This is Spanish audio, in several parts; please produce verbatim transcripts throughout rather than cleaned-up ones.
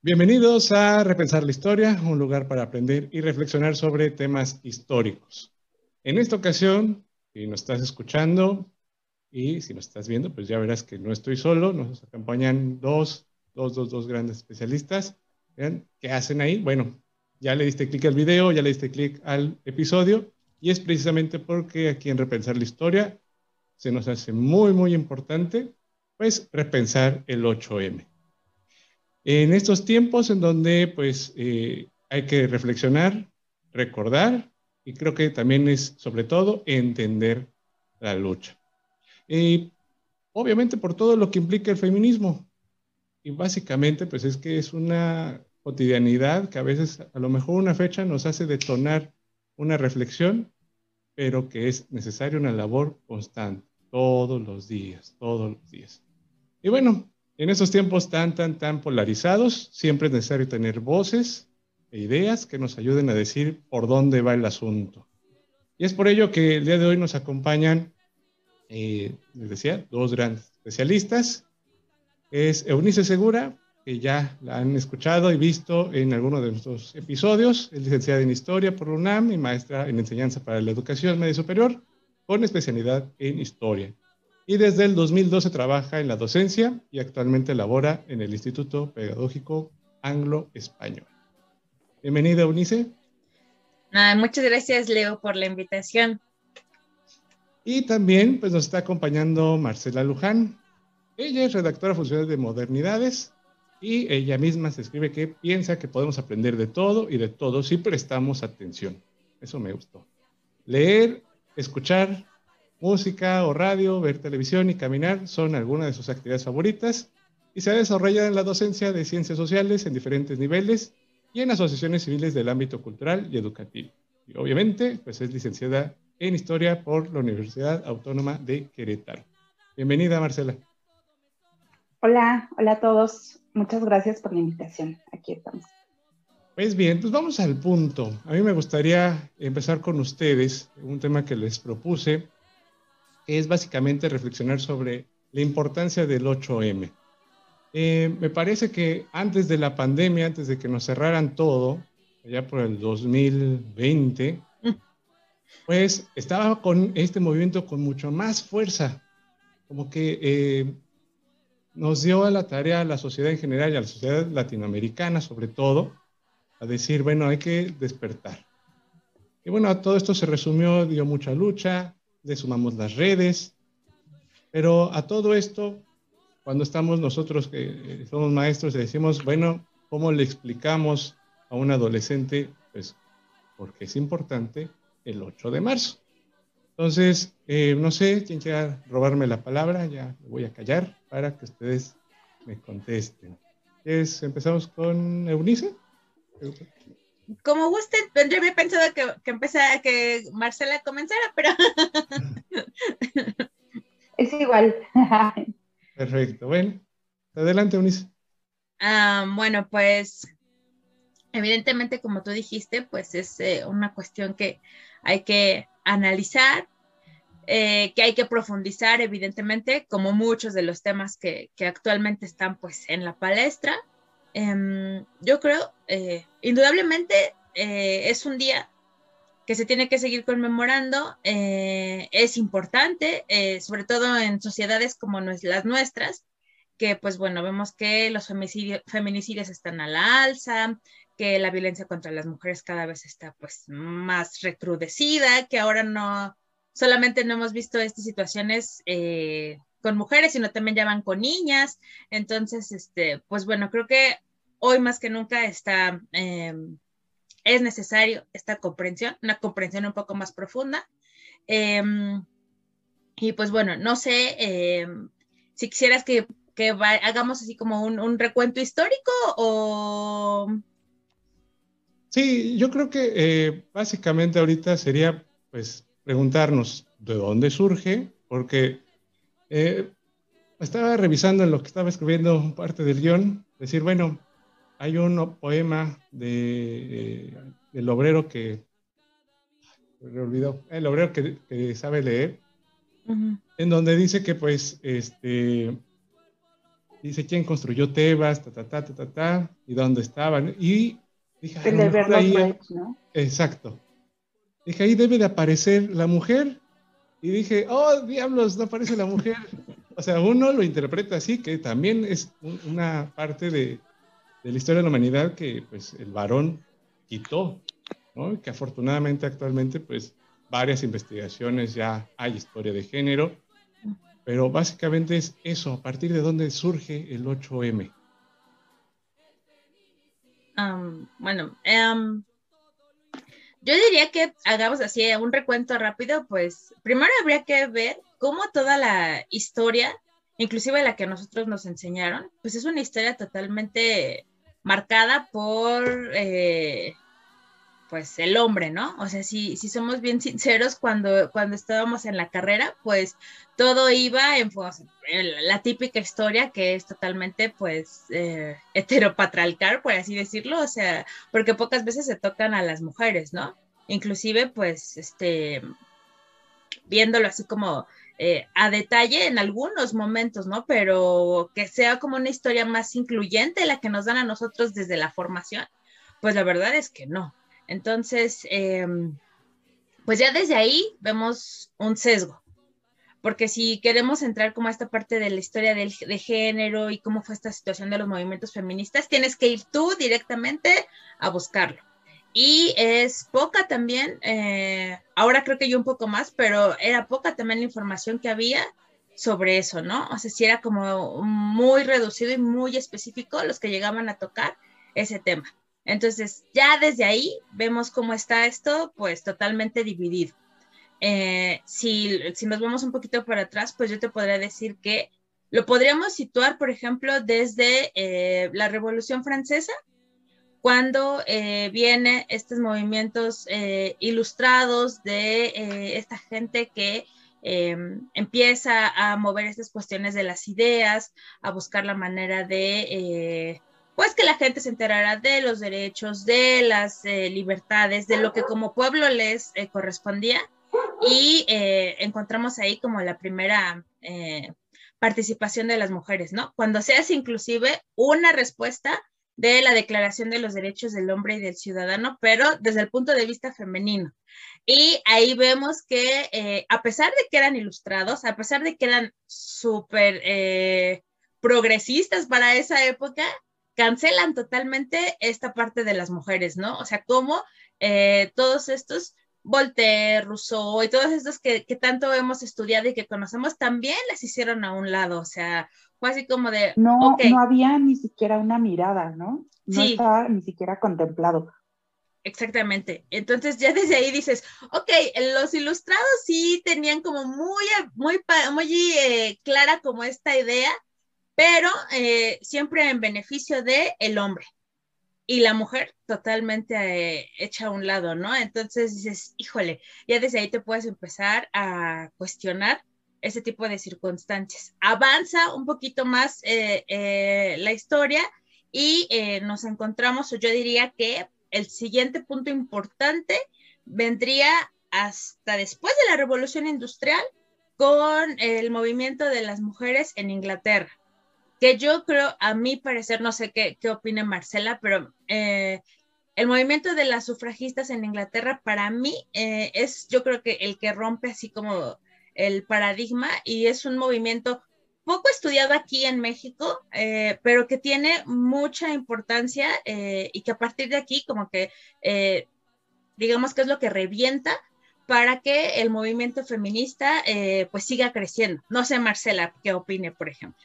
Bienvenidos a Repensar la Historia, un lugar para aprender y reflexionar sobre temas históricos. En esta ocasión, si nos estás escuchando y si nos estás viendo, pues ya verás que no estoy solo, nos acompañan dos, dos, dos, dos grandes especialistas. Vean, ¿qué hacen ahí? Bueno, ya le diste clic al video, ya le diste clic al episodio, y es precisamente porque aquí en Repensar la Historia se nos hace muy, muy importante, pues, repensar el ocho eme. En estos tiempos en donde pues eh, hay que reflexionar, recordar y creo que también es sobre todo entender la lucha. Y obviamente por todo lo que implica el feminismo y básicamente pues es que es una cotidianidad que a veces a lo mejor una fecha nos hace detonar una reflexión, pero que es necesaria una labor constante, todos los días, todos los días. Y bueno, en esos tiempos tan, tan, tan polarizados, siempre es necesario tener voces e ideas que nos ayuden a decir por dónde va el asunto. Y es por ello que el día de hoy nos acompañan, eh, les decía, dos grandes especialistas. Es Eunice Segura, que ya la han escuchado y visto en alguno de nuestros episodios, es licenciada en Historia por la UNAM y maestra en Enseñanza para la Educación Media Superior, con especialidad en Historia. Y desde el dos mil doce trabaja en la docencia y actualmente labora en el Instituto Pedagógico Anglo-Español. Bienvenida, Eunice. Ah, muchas gracias, Leo, por la invitación. Y también pues, nos está acompañando Marcela Luján. Ella es redactora funcional de Modernidades y ella misma se escribe que piensa que podemos aprender de todo y de todo si prestamos atención. Eso me gustó. Leer, escuchar música o radio, ver televisión y caminar son algunas de sus actividades favoritas y se ha desarrollado en la docencia de ciencias sociales en diferentes niveles y en asociaciones civiles del ámbito cultural y educativo. Y obviamente, pues es licenciada en Historia por la Universidad Autónoma de Querétaro. Bienvenida, Marcela. Hola, hola a todos. Muchas gracias por la invitación. Aquí estamos. Pues bien, pues vamos al punto. A mí me gustaría empezar con ustedes, un tema que les propuse, que es básicamente reflexionar sobre la importancia del ocho eme. Eh, me parece que antes de la pandemia, antes de que nos cerraran todo, allá por el dos mil veinte, pues estaba con este movimiento con mucho más fuerza, como que eh, nos dio a la tarea a la sociedad en general y a la sociedad latinoamericana sobre todo, a decir, bueno, hay que despertar. Y bueno, a todo esto se resumió, dio mucha lucha, le sumamos las redes, pero a todo esto, cuando estamos nosotros que somos maestros, le decimos, bueno, ¿cómo le explicamos a un adolescente? Pues, porque es importante el ocho de marzo. Entonces, eh, no sé quién quiera robarme la palabra, ya me voy a callar para que ustedes me contesten. ¿Es, empezamos con Eunice? Como guste, yo había pensado que, que empezara, que Marcela comenzara, pero... Es igual. Perfecto, bueno. Adelante, Eunice. Ah, bueno, pues evidentemente, como tú dijiste, pues es eh, una cuestión que hay que analizar, eh, que hay que profundizar, evidentemente, como muchos de los temas que, que actualmente están pues en la palestra. Eh, yo creo, eh, indudablemente, eh, es un día que se tiene que seguir conmemorando, eh, es importante, eh, sobre todo en sociedades como las nuestras, que pues bueno, vemos que los femicidios, feminicidios están a la alza, que la violencia contra las mujeres cada vez está pues más recrudecida, que ahora no, solamente no hemos visto estas situaciones eh, con mujeres, sino también ya van con niñas. Entonces, este, pues bueno, creo que hoy más que nunca está... Eh, es necesario esta comprensión, una comprensión un poco más profunda. Eh, y pues bueno, no sé eh, si quisieras que, que va, hagamos así como un, un recuento histórico o... Sí, yo creo que eh, básicamente ahorita sería pues preguntarnos de dónde surge, porque eh, estaba revisando en lo que estaba escribiendo parte del guión, decir, bueno, hay un poema de, eh, del obrero que, me olvidó, el obrero que, que sabe leer, uh-huh. En donde dice que pues este, dice quién construyó Tebas, ta, ta, ta, ta, ta, ta, y dónde estaban. Y dije, a El lo de ver mejor los ahí, breaks, ¿no? exacto. Dije, ahí debe de aparecer la mujer. Y dije, oh, diablos, no aparece la mujer. O sea, uno lo interpreta así, que también es un, una parte de, de la historia de la humanidad que pues el varón quitó, ¿no? Y que afortunadamente actualmente pues varias investigaciones ya hay historia de género, pero básicamente es eso, a partir de dónde surge el ocho eme. Um, bueno, um, yo diría que hagamos así un recuento rápido, pues primero habría que ver cómo toda la historia, inclusive la que nosotros nos enseñaron, pues es una historia totalmente marcada por eh, pues el hombre, ¿no? O sea, si, si somos bien sinceros, cuando, cuando estábamos en la carrera, pues todo iba en, pues, en la típica historia que es totalmente, pues, eh, heteropatriarcal, por así decirlo, o sea, porque pocas veces se tocan a las mujeres, ¿no? Inclusive, pues, este, viéndolo así como eh, a detalle en algunos momentos, ¿no? Pero que sea como una historia más incluyente, la que nos dan a nosotros desde la formación, pues la verdad es que no. Entonces, eh, pues ya desde ahí vemos un sesgo, porque si queremos entrar como a esta parte de la historia del, de género y cómo fue esta situación de los movimientos feministas, tienes que ir tú directamente a buscarlo. Y es poca también, eh, ahora creo que yo un poco más, pero era poca también la información que había sobre eso, ¿no? O sea, sí era como muy reducido y muy específico los que llegaban a tocar ese tema. Entonces, ya desde ahí vemos cómo está esto, pues totalmente dividido. Eh, si, si nos vamos un poquito para atrás, pues yo te podría decir que lo podríamos situar, por ejemplo, desde eh, la Revolución Francesa, cuando eh, vienen estos movimientos eh, ilustrados de eh, esta gente que eh, empieza a mover estas cuestiones de las ideas, a buscar la manera de, eh, pues que la gente se enterara de los derechos, de las eh, libertades, de lo que como pueblo les eh, correspondía, y eh, encontramos ahí como la primera eh, participación de las mujeres, ¿no? Cuando se hace inclusive una respuesta de la Declaración de los Derechos del Hombre y del Ciudadano, pero desde el punto de vista femenino. Y ahí vemos que eh, a pesar de que eran ilustrados, a pesar de que eran súper eh, progresistas para esa época, cancelan totalmente esta parte de las mujeres, ¿no? O sea, como eh, todos estos Voltaire, Rousseau y todos estos que, que tanto hemos estudiado y que conocemos también las hicieron a un lado, o sea, fue así como de, No, ok, no había ni siquiera una mirada, ¿no? No sí, estaba ni siquiera contemplado. exactamente. Entonces ya desde ahí dices, ok, los ilustrados sí tenían como muy, muy, muy eh, clara como esta idea, pero eh, siempre en beneficio de el hombre y la mujer totalmente eh, hecha a un lado, ¿no? Entonces dices, híjole, ya desde ahí te puedes empezar a cuestionar ese tipo de circunstancias. Avanza un poquito más eh, eh, la historia y eh, nos encontramos, o yo diría que el siguiente punto importante vendría hasta después de la Revolución Industrial con el movimiento de las mujeres en Inglaterra, que yo creo, a mi parecer, no sé qué, qué opine Marcela, pero eh, el movimiento de las sufragistas en Inglaterra para mí eh, es, yo creo que el que rompe así como el paradigma y es un movimiento poco estudiado aquí en México, eh, pero que tiene mucha importancia eh, y que a partir de aquí como que, eh, digamos que es lo que revienta para que el movimiento feminista eh, pues siga creciendo. No sé, Marcela, qué opine, por ejemplo.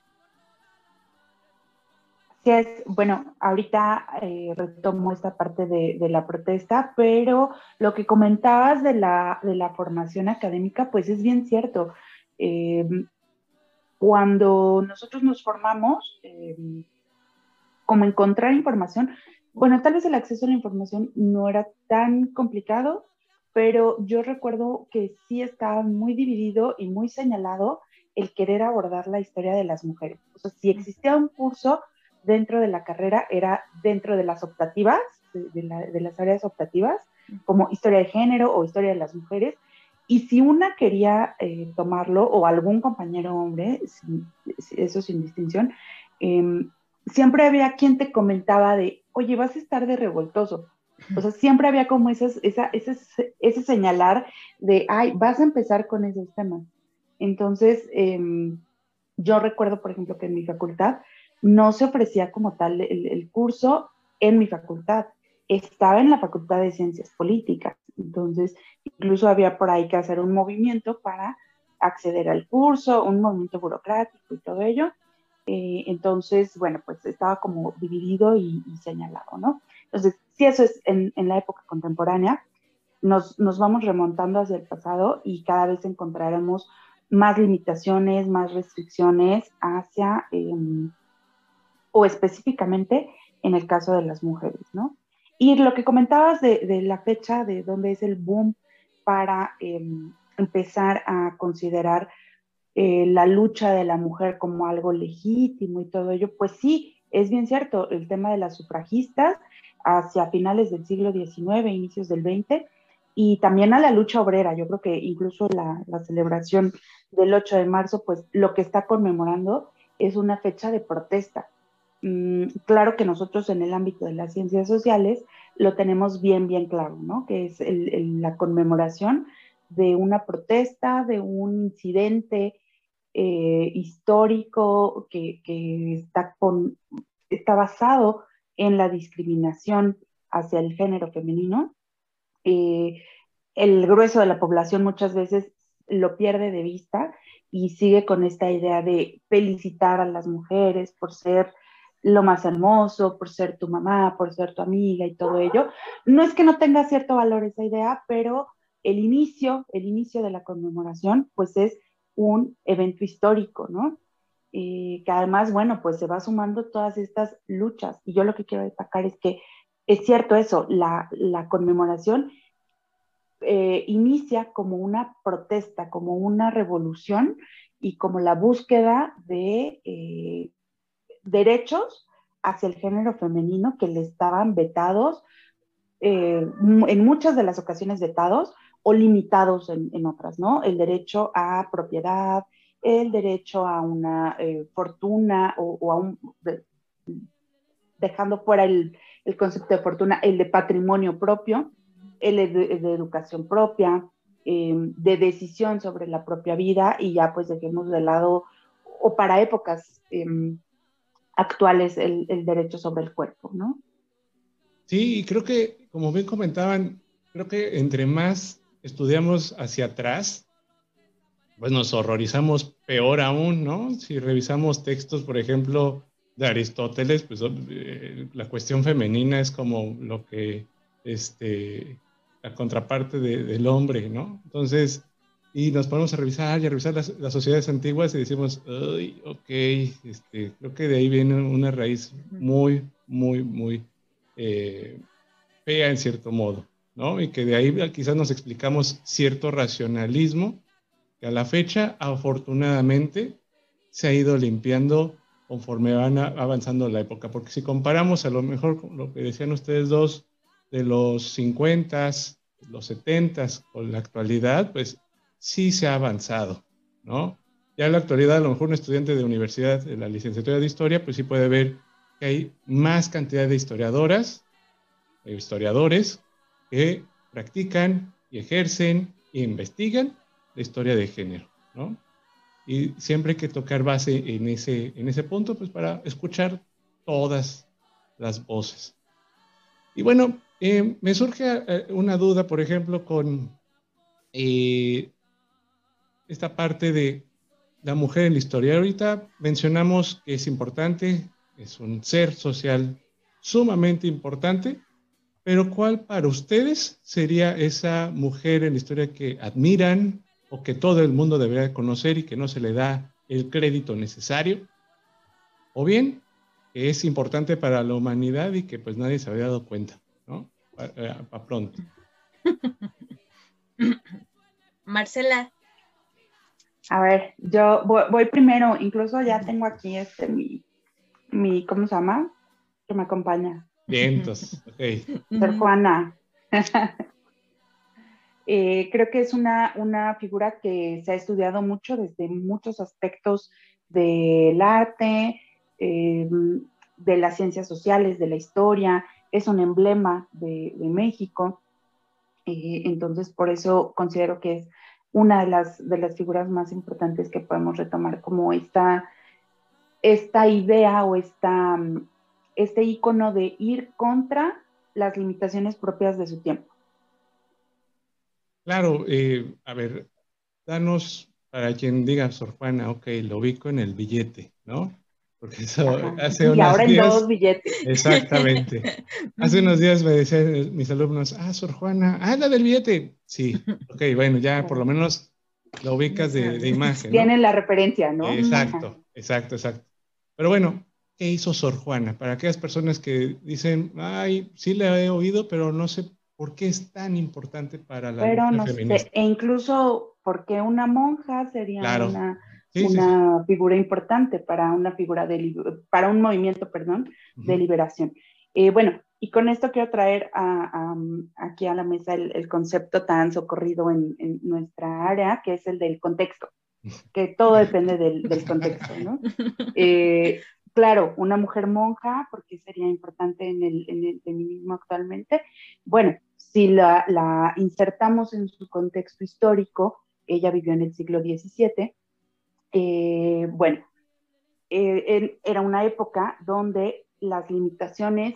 Sí, es, bueno, ahorita eh, retomo esta parte de, de la protesta, pero lo que comentabas de la, de la formación académica, pues es bien cierto. Eh, cuando nosotros nos formamos, eh, como encontrar información, bueno, tal vez el acceso a la información no era tan complicado, pero yo recuerdo que sí estaba muy dividido y muy señalado el querer abordar la historia de las mujeres. O sea, si existía un curso dentro de la carrera, era dentro de las optativas, de, de, la, de las áreas optativas, como historia de género o historia de las mujeres, y si una quería eh, tomarlo, o algún compañero hombre, sin, eso sin distinción, eh, siempre había quien te comentaba de, oye, vas a estar de revoltoso. O sea, siempre había como esas, esa, ese, ese señalar de, ay, vas a empezar con esos temas. Entonces, eh, yo recuerdo, por ejemplo, que en mi facultad no se ofrecía como tal el, el curso en mi facultad. Estaba en la Facultad de Ciencias Políticas. Entonces, incluso había por ahí que hacer un movimiento para acceder al curso, un movimiento burocrático y todo ello. Eh, entonces, bueno, pues estaba como dividido y, y señalado, ¿no? Entonces, si eso es en, en la época contemporánea, nos, nos vamos remontando hacia el pasado y cada vez encontraremos más limitaciones, más restricciones hacia, eh, o específicamente en el caso de las mujeres, ¿no? Y lo que comentabas de, de la fecha, de dónde es el boom para eh, empezar a considerar eh, la lucha de la mujer como algo legítimo y todo ello, pues sí, es bien cierto, el tema de las sufragistas hacia finales del siglo diecinueve, inicios del veinte, y también a la lucha obrera. Yo creo que incluso la, la celebración del ocho de marzo, pues lo que está conmemorando es una fecha de protesta. Mm, claro que nosotros en el ámbito de las ciencias sociales lo tenemos bien, bien claro, ¿no? Que es el, el, la conmemoración de una protesta, de un incidente eh, histórico que, que está, con, está basado en la discriminación hacia el género femenino. Eh, el grueso de la población muchas veces lo pierde de vista y sigue con esta idea de felicitar a las mujeres por ser lo más hermoso, por ser tu mamá, por ser tu amiga y todo ello. No es que no tenga cierto valor esa idea, pero el inicio, el inicio de la conmemoración, pues es un evento histórico, ¿no? Eh, que además, bueno, pues se va sumando todas estas luchas. Y yo lo que quiero destacar es que es cierto eso, la, la conmemoración eh, inicia como una protesta, como una revolución y como la búsqueda de eh, derechos hacia el género femenino que le estaban vetados, eh, en muchas de las ocasiones vetados o limitados en, en otras, ¿no? El derecho a propiedad, el derecho a una eh, fortuna o, o a un... De, dejando fuera el, el concepto de fortuna, el de patrimonio propio, el de, de educación propia, eh, de decisión sobre la propia vida y ya pues dejemos de lado, o para épocas eh, actuales, el, el derecho sobre el cuerpo, ¿no? Sí, y creo que, como bien comentaban, creo que entre más estudiamos hacia atrás, pues nos horrorizamos peor aún, ¿no? Si revisamos textos, por ejemplo, de Aristóteles, pues eh, la cuestión femenina es como lo que, este, la contraparte de, del hombre, ¿no? Entonces, y nos ponemos a revisar y a revisar las, las sociedades antiguas y decimos, ay, ok, este, creo que de ahí viene una raíz muy, muy, muy eh, fea en cierto modo, ¿no? Y que de ahí quizás nos explicamos cierto racionalismo que a la fecha, afortunadamente, se ha ido limpiando conforme van avanzando la época, porque si comparamos a lo mejor con lo que decían ustedes dos de los cincuenta, los setenta con la actualidad, pues sí se ha avanzado, ¿no? Ya en la actualidad, a lo mejor un estudiante de universidad de la licenciatura de Historia, pues sí puede ver que hay más cantidad de historiadoras, e historiadores que practican y ejercen e investigan la historia de género, ¿no? Y siempre hay que tocar base en ese, en ese punto, pues para escuchar todas las voces. Y bueno, eh, me surge eh, una duda, por ejemplo, con eh, esta parte de la mujer en la historia. Ahorita mencionamos que es importante, es un ser social sumamente importante, pero ¿cuál para ustedes sería esa mujer en la historia que admiran o que todo el mundo debería conocer y que no se le da el crédito necesario? O bien, que es importante para la humanidad y que pues nadie se había dado cuenta, ¿no? Para, para pronto. Marcela. A ver, yo voy, voy primero, incluso ya tengo aquí este mi, mi, ¿cómo se llama? Que me acompaña. Bien, entonces, ok. Ser Juana. eh, creo que es una, una figura que se ha estudiado mucho desde muchos aspectos del arte, eh, de las ciencias sociales, de la historia, es un emblema de, de México. Eh, entonces, por eso considero que es una de las, de las figuras más importantes que podemos retomar como esta, esta idea o esta, este ícono de ir contra las limitaciones propias de su tiempo. Claro, eh, a ver, danos, para quien diga Sor Juana, ok, lo ubico en el billete, ¿no? Porque eso Ajá. hace Y unos ahora en días, dos billetes. exactamente, hace unos días me decían mis alumnos, ah, Sor Juana, ah, la del billete, sí, ok, bueno, ya por lo menos lo ubicas de, de imagen, ¿no? Tienen la referencia, ¿no? Exacto, Ajá. exacto, exacto. Pero bueno, ¿qué hizo Sor Juana? Para aquellas personas que dicen, ay, sí la he oído, pero no sé por qué es tan importante para la Pero lucha no sé, feminista. e incluso porque una monja sería Claro, una, sí, sí, sí. una figura importante para una figura de, para un movimiento, perdón, de Uh-huh. liberación. Eh, bueno, y con esto quiero traer a, a, aquí a la mesa el, el concepto tan socorrido en, en nuestra área, que es el del contexto, que todo depende del, del contexto, ¿no? Eh, claro, una mujer monja, porque sería importante en el, en el feminismo actualmente. Bueno, si la, la insertamos en su contexto histórico, ella vivió en el siglo diecisiete, eh, bueno, eh, en, era una época donde las limitaciones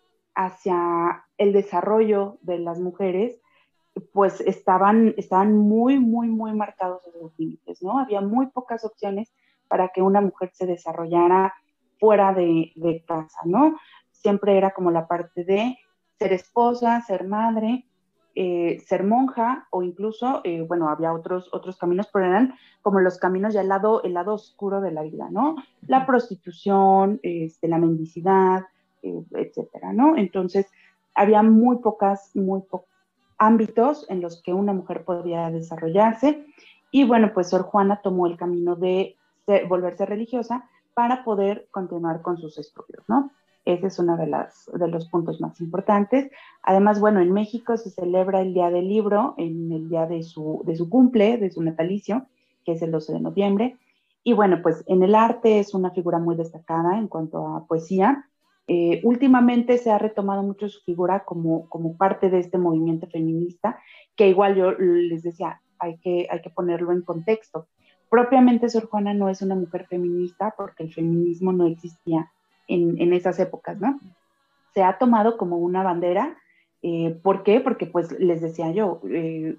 hacia el desarrollo de las mujeres pues estaban, estaban muy, muy, muy marcados esos límites, ¿no? Había muy pocas opciones para que una mujer se desarrollara fuera de, de casa, ¿no? Siempre era como la parte de ser esposa, ser madre, eh, ser monja o incluso, eh, bueno, había otros, otros caminos, pero eran como los caminos ya el lado, el lado oscuro de la vida, ¿no? La prostitución, este, la mendicidad, eh, etcétera, ¿no? Entonces, había muy pocas, muy pocas ámbitos en los que una mujer podía desarrollarse. Y bueno, pues Sor Juana tomó el camino de ser, volverse religiosa para poder continuar con sus estudios, ¿no? Ese es uno de, las, de los puntos más importantes. Además, bueno, en México se celebra el Día del Libro, en el día de su, de su cumple, de su natalicio, que es el doce de noviembre. Y bueno, pues en el arte es una figura muy destacada en cuanto a poesía. Eh, últimamente se ha retomado mucho su figura como, como parte de este movimiento feminista, que igual yo les decía, hay que, hay que ponerlo en contexto. Propiamente Sor Juana no es una mujer feminista porque el feminismo no existía en, en esas épocas, ¿no? Se ha tomado como una bandera. Eh, ¿Por qué? Porque pues les decía yo, eh,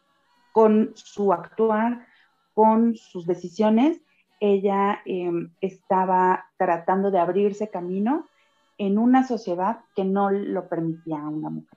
con su actuar, con sus decisiones, ella eh, estaba tratando de abrirse camino en una sociedad que no lo permitía a una mujer.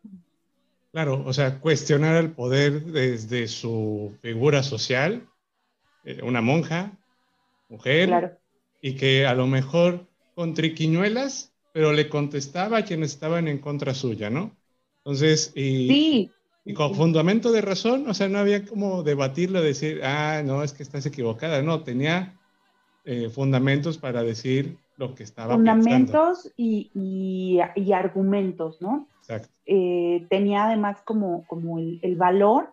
Claro, o sea, cuestionar el poder desde su figura social, eh, una monja, mujer, Claro. y que a lo mejor con triquiñuelas, pero le contestaba a quienes estaban en contra suya, ¿no? Entonces, y, Sí. y con fundamento de razón, o sea, no había como debatirlo, decir, ah, no, es que estás equivocada, no, tenía eh, fundamentos para decir lo que estaba pensando. Fundamentos y, y, y argumentos, ¿no? Exacto. Eh, tenía además como, como el, el valor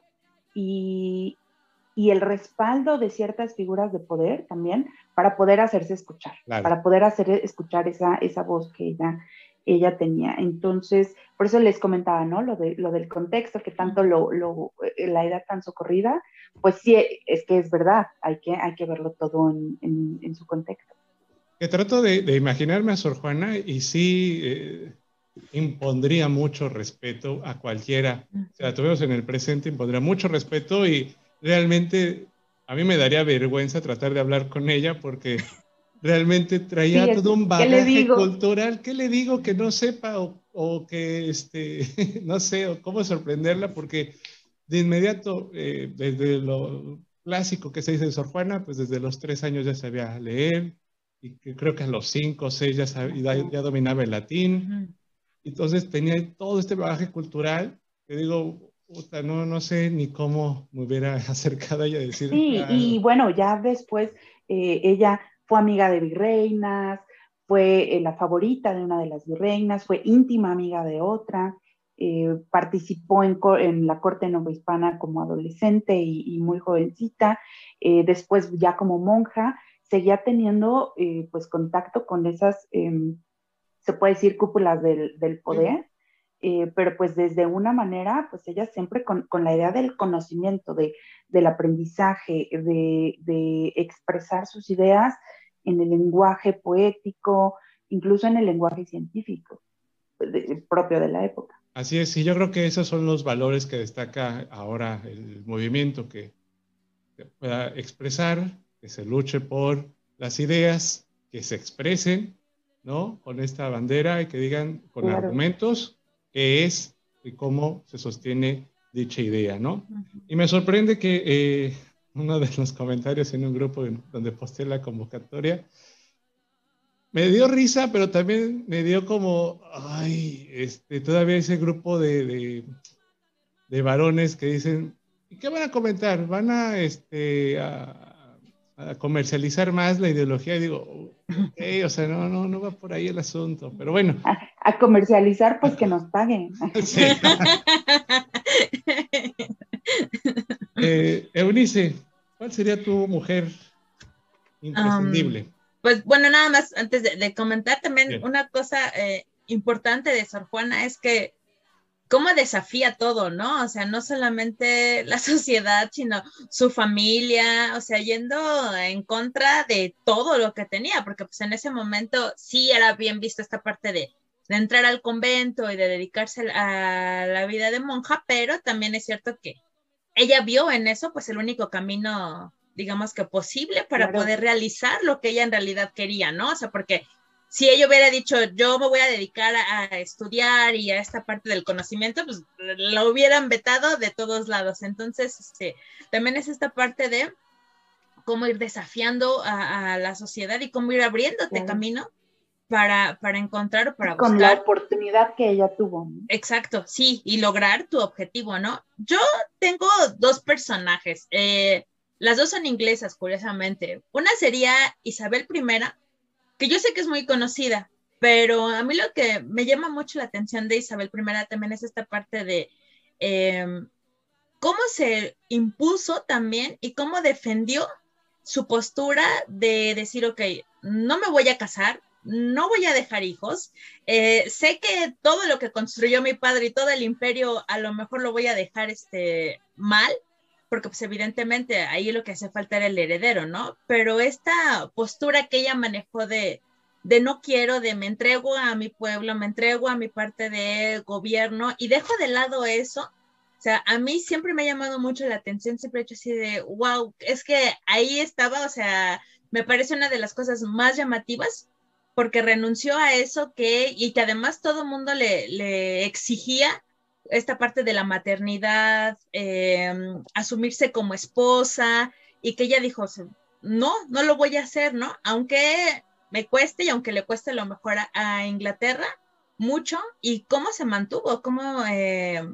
y, y el respaldo de ciertas figuras de poder también para poder hacerse escuchar, Claro. para poder hacer escuchar esa, esa voz que ella, ella tenía. Entonces, por eso les comentaba, ¿no? Lo, de, lo del contexto, que tanto lo, lo, la edad tan socorrida, pues sí, es que es verdad, hay que, hay que verlo todo en, en, en su contexto. Que trato de, de imaginarme a Sor Juana y sí eh, impondría mucho respeto a cualquiera. O sea, tuvimos en el presente, impondría mucho respeto y realmente a mí me daría vergüenza tratar de hablar con ella porque realmente traía Sí, es, todo un ¿qué le bagaje digo? cultural. ¿Qué le digo que no sepa o, o que, este, no sé, o cómo sorprenderla? Porque de inmediato, eh, desde lo clásico que se dice de Sor Juana, pues desde los tres años ya sabía leer y que creo que a los cinco o seis ya, sabía, ya dominaba el latín. Entonces tenía todo este bagaje cultural que digo, puta, no, no sé ni cómo me hubiera acercado a ella a decir, Sí, ah, y bueno, ya después eh, ella fue amiga de virreinas, fue eh, la favorita de una de las virreinas, fue íntima amiga de otra, eh, participó en, en, la corte novohispana como adolescente y, y muy jovencita, eh, después ya como monja, seguía teniendo eh, pues contacto con esas, eh, se puede decir, cúpulas del, del poder, eh, pero pues desde una manera, pues ella siempre con, con la idea del conocimiento, de, del aprendizaje, de, de expresar sus ideas en el lenguaje poético, incluso en el lenguaje científico de, propio de la época. Así es, y yo creo que esos son los valores que destaca ahora el movimiento, que se pueda expresar, que se luche por las ideas, que se expresen, ¿no? Con esta bandera y que digan con claro. argumentos qué es y cómo se sostiene dicha idea, ¿no? Uh-huh. Y me sorprende que eh, uno de los comentarios en un grupo donde posté la convocatoria me dio risa, pero también me dio como, ay, este, todavía ese grupo de, de, de varones que dicen, ¿y qué van a comentar? ¿Van a, este, a, a comercializar más la ideología? Y digo, okay, o sea, no, no, no va por ahí el asunto, pero bueno. A, a comercializar, pues que nos paguen. Sí. eh, Eunice, ¿cuál sería tu mujer imprescindible? Um... Pues bueno, nada más antes de, de comentar también Bien. Una cosa eh, importante de Sor Juana es que cómo desafía todo, ¿no? O sea, no solamente la sociedad, sino su familia, o sea, yendo en contra de todo lo que tenía, porque pues en ese momento sí era bien visto esta parte de, de entrar al convento y de dedicarse a la vida de monja, pero también es cierto que ella vio en eso pues el único camino, digamos que posible para claro. poder realizar lo que ella en realidad quería, ¿no? O sea, porque si ella hubiera dicho, yo me voy a dedicar a, a estudiar y a esta parte del conocimiento, pues lo hubieran vetado de todos lados. Entonces, este, también es esta parte de cómo ir desafiando a, a la sociedad y cómo ir abriéndote claro. camino para, para encontrar o para Con buscar. la oportunidad que ella tuvo, ¿no? Exacto, sí, y lograr tu objetivo, ¿no? Yo tengo dos personajes, eh, las dos son inglesas, curiosamente. Una sería Isabel primera, que yo sé que es muy conocida, pero a mí lo que me llama mucho la atención de Isabel primera también es esta parte de eh, cómo se impuso también y cómo defendió su postura de decir, ok, no me voy a casar, no voy a dejar hijos, eh, sé que todo lo que construyó mi padre y todo el imperio a lo mejor lo voy a dejar este, mal, porque pues evidentemente ahí lo que hace falta era el heredero, ¿no? Pero esta postura que ella manejó de, de no quiero, de me entrego a mi pueblo, me entrego a mi parte de gobierno y dejo de lado eso, o sea, a mí siempre me ha llamado mucho la atención, siempre he hecho así de, wow, es que ahí estaba, o sea, me parece una de las cosas más llamativas, porque renunció a eso que, y que además todo el mundo le, le exigía esta parte de la maternidad, eh, asumirse como esposa, y que ella dijo, no, no lo voy a hacer, ¿no? Aunque me cueste y aunque le cueste lo mejor a, a Inglaterra, mucho, y cómo se mantuvo, cómo eh,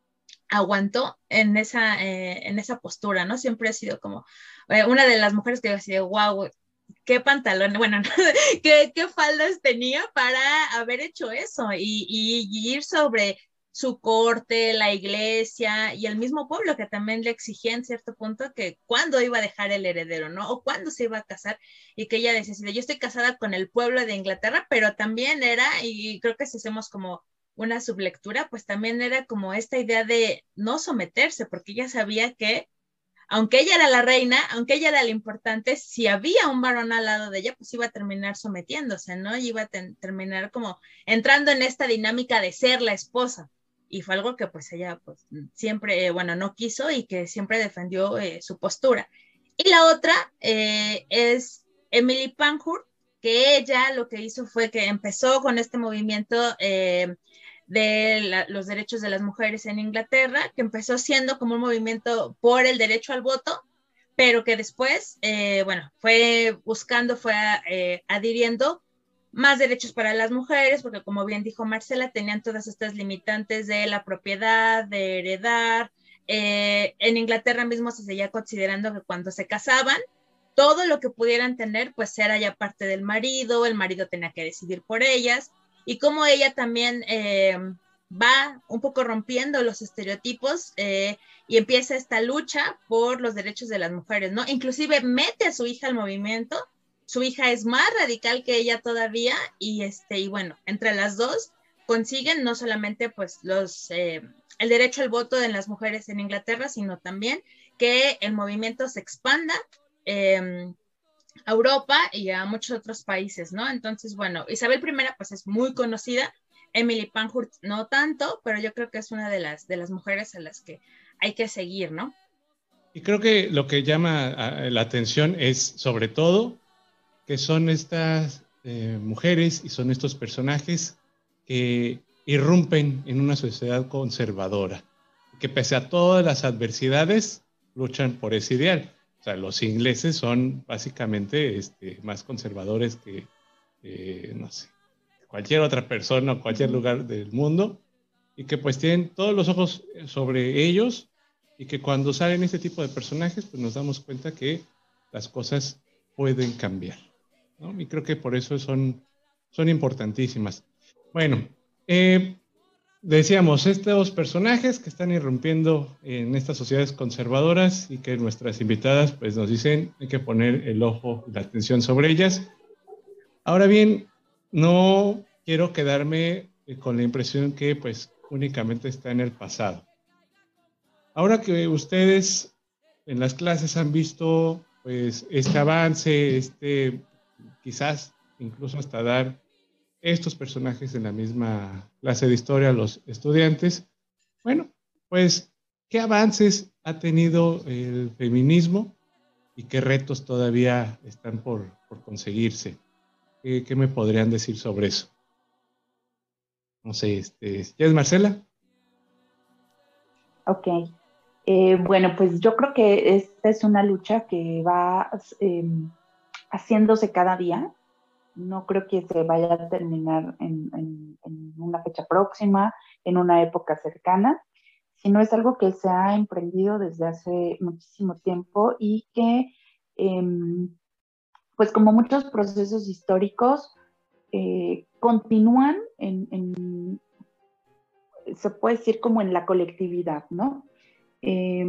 aguantó en esa, eh, en esa postura, ¿no? Siempre ha sido como eh, una de las mujeres que yo decía, wow, qué pantalones, bueno, qué, qué faldas tenía para haber hecho eso y, y, y ir sobre su corte, la iglesia y el mismo pueblo que también le exigía en cierto punto que cuándo iba a dejar el heredero, ¿no? O cuándo se iba a casar y que ella decía, yo estoy casada con el pueblo de Inglaterra, pero también era, y creo que si hacemos como una sublectura, pues también era como esta idea de no someterse, porque ella sabía que aunque ella era la reina, aunque ella era la importante, si había un varón al lado de ella, pues iba a terminar sometiéndose, ¿no? Y iba a ten- terminar como entrando en esta dinámica de ser la esposa. Y fue algo que pues ella pues siempre, eh, bueno, no quiso y que siempre defendió eh, su postura. Y la otra eh, es Emily Pankhurst, que ella lo que hizo fue que empezó con este movimiento eh, de la, los derechos de las mujeres en Inglaterra, que empezó siendo como un movimiento por el derecho al voto, pero que después, eh, bueno, fue buscando, fue eh, adhiriendo más derechos para las mujeres, porque como bien dijo Marcela, tenían todas estas limitantes de la propiedad, de heredar. Eh, en Inglaterra mismo se seguía considerando que cuando se casaban, todo lo que pudieran tener, pues era ya parte del marido, el marido tenía que decidir por ellas, y como ella también eh, va un poco rompiendo los estereotipos eh, y empieza esta lucha por los derechos de las mujeres, ¿no? Inclusive mete a su hija al movimiento su hija es más radical que ella todavía, y, este, y bueno, entre las dos consiguen no solamente pues los, eh, el derecho al voto de las mujeres en Inglaterra, sino también que el movimiento se expanda eh, a Europa y a muchos otros países, ¿no? Entonces, bueno, Isabel primera pues es muy conocida, Emily Pankhurst no tanto, pero yo creo que es una de las, de las mujeres a las que hay que seguir, ¿no? Y creo que lo que llama la atención es sobre todo que son estas eh, mujeres y son estos personajes que irrumpen en una sociedad conservadora, que pese a todas las adversidades luchan por ese ideal. O sea, los ingleses son básicamente este, más conservadores que, eh, no sé, cualquier otra persona o cualquier lugar del mundo, y que pues tienen todos los ojos sobre ellos, y que cuando salen este tipo de personajes, pues nos damos cuenta que las cosas pueden cambiar, ¿no? Y creo que por eso son, son importantísimas. Bueno, eh, decíamos, estos personajes que están irrumpiendo en estas sociedades conservadoras y que nuestras invitadas pues nos dicen hay que poner el ojo y la atención sobre ellas. Ahora bien, no quiero quedarme con la impresión que pues únicamente está en el pasado. Ahora que ustedes en las clases han visto pues este avance, este quizás incluso hasta dar estos personajes en la misma clase de historia a los estudiantes, bueno, pues ¿qué avances ha tenido el feminismo y qué retos todavía están por, por conseguirse? ¿Qué, ¿Qué me podrían decir sobre eso? No sé, este, ¿ya es Marcela? Ok. Eh, bueno, pues yo creo que esta es una lucha que va eh, haciéndose cada día. No creo que se vaya a terminar en, en, en una fecha próxima, en una época cercana, sino es algo que se ha emprendido desde hace muchísimo tiempo y que, eh, pues como muchos procesos históricos, eh, continúan en, en, se puede decir como en la colectividad, ¿no? Eh,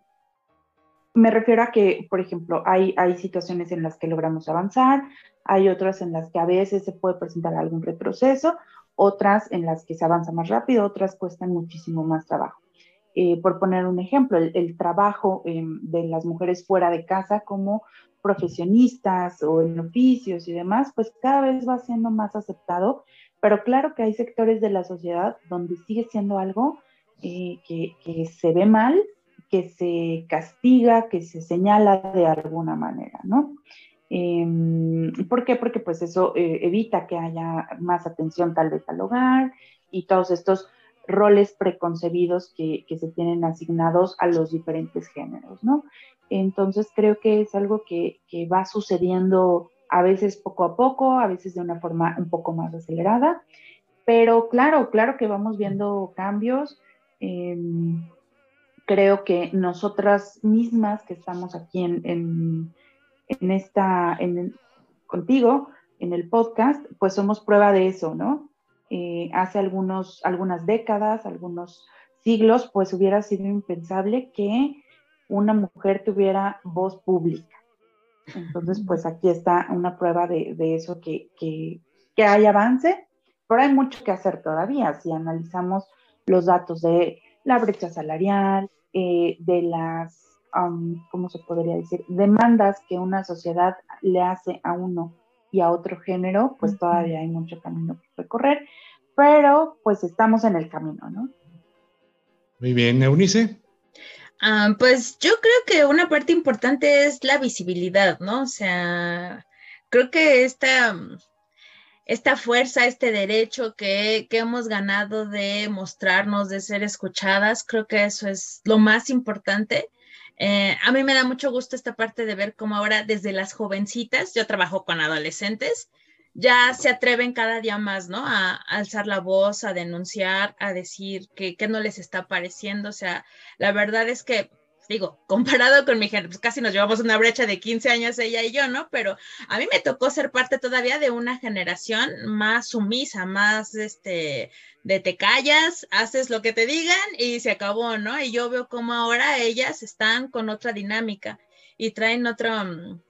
me refiero a que, por ejemplo, hay, hay situaciones en las que logramos avanzar, hay otras en las que a veces se puede presentar algún retroceso, otras en las que se avanza más rápido, otras cuestan muchísimo más trabajo. Eh, por poner un ejemplo, el, el trabajo eh, de las mujeres fuera de casa como profesionistas o en oficios y demás, pues cada vez va siendo más aceptado, pero claro que hay sectores de la sociedad donde sigue siendo algo eh, que, que se ve mal, que se castiga, que se señala de alguna manera, ¿no? Eh, ¿Por qué? Porque pues eso eh, evita que haya más atención tal vez al hogar y todos estos roles preconcebidos que, que se tienen asignados a los diferentes géneros, ¿no? Entonces creo que es algo que, que va sucediendo a veces poco a poco, a veces de una forma un poco más acelerada, pero claro, claro que vamos viendo cambios. Eh, creo que nosotras mismas que estamos aquí en, en, en esta, en, contigo, en el podcast, pues somos prueba de eso, ¿no? Eh, hace algunos, algunas décadas, algunos siglos, pues hubiera sido impensable que una mujer tuviera voz pública. Entonces, pues aquí está una prueba de, de eso, que, que, que hay avance, pero hay mucho que hacer todavía. Si analizamos los datos de la brecha salarial, eh, de las, um, ¿cómo se podría decir? Demandas que una sociedad le hace a uno y a otro género, pues todavía hay mucho camino que recorrer, pero pues estamos en el camino, ¿no? Muy bien, Eunice. Uh, pues yo creo que una parte importante es la visibilidad, ¿no? O sea, creo que esta, esta fuerza, este derecho que, que hemos ganado de mostrarnos, de ser escuchadas, creo que eso es lo más importante. Eh, a mí me da mucho gusto esta parte de ver cómo ahora desde las jovencitas, yo trabajo con adolescentes, ya se atreven cada día más, ¿no? A, a alzar la voz, a denunciar, a decir que, que no les está pareciendo. O sea, la verdad es que, digo, comparado con mi gente, pues casi nos llevamos una brecha de quince años ella y yo, ¿no? Pero a mí me tocó ser parte todavía de una generación más sumisa, más, este, de te callas, haces lo que te digan y se acabó, ¿no? Y yo veo cómo ahora ellas están con otra dinámica y traen otro,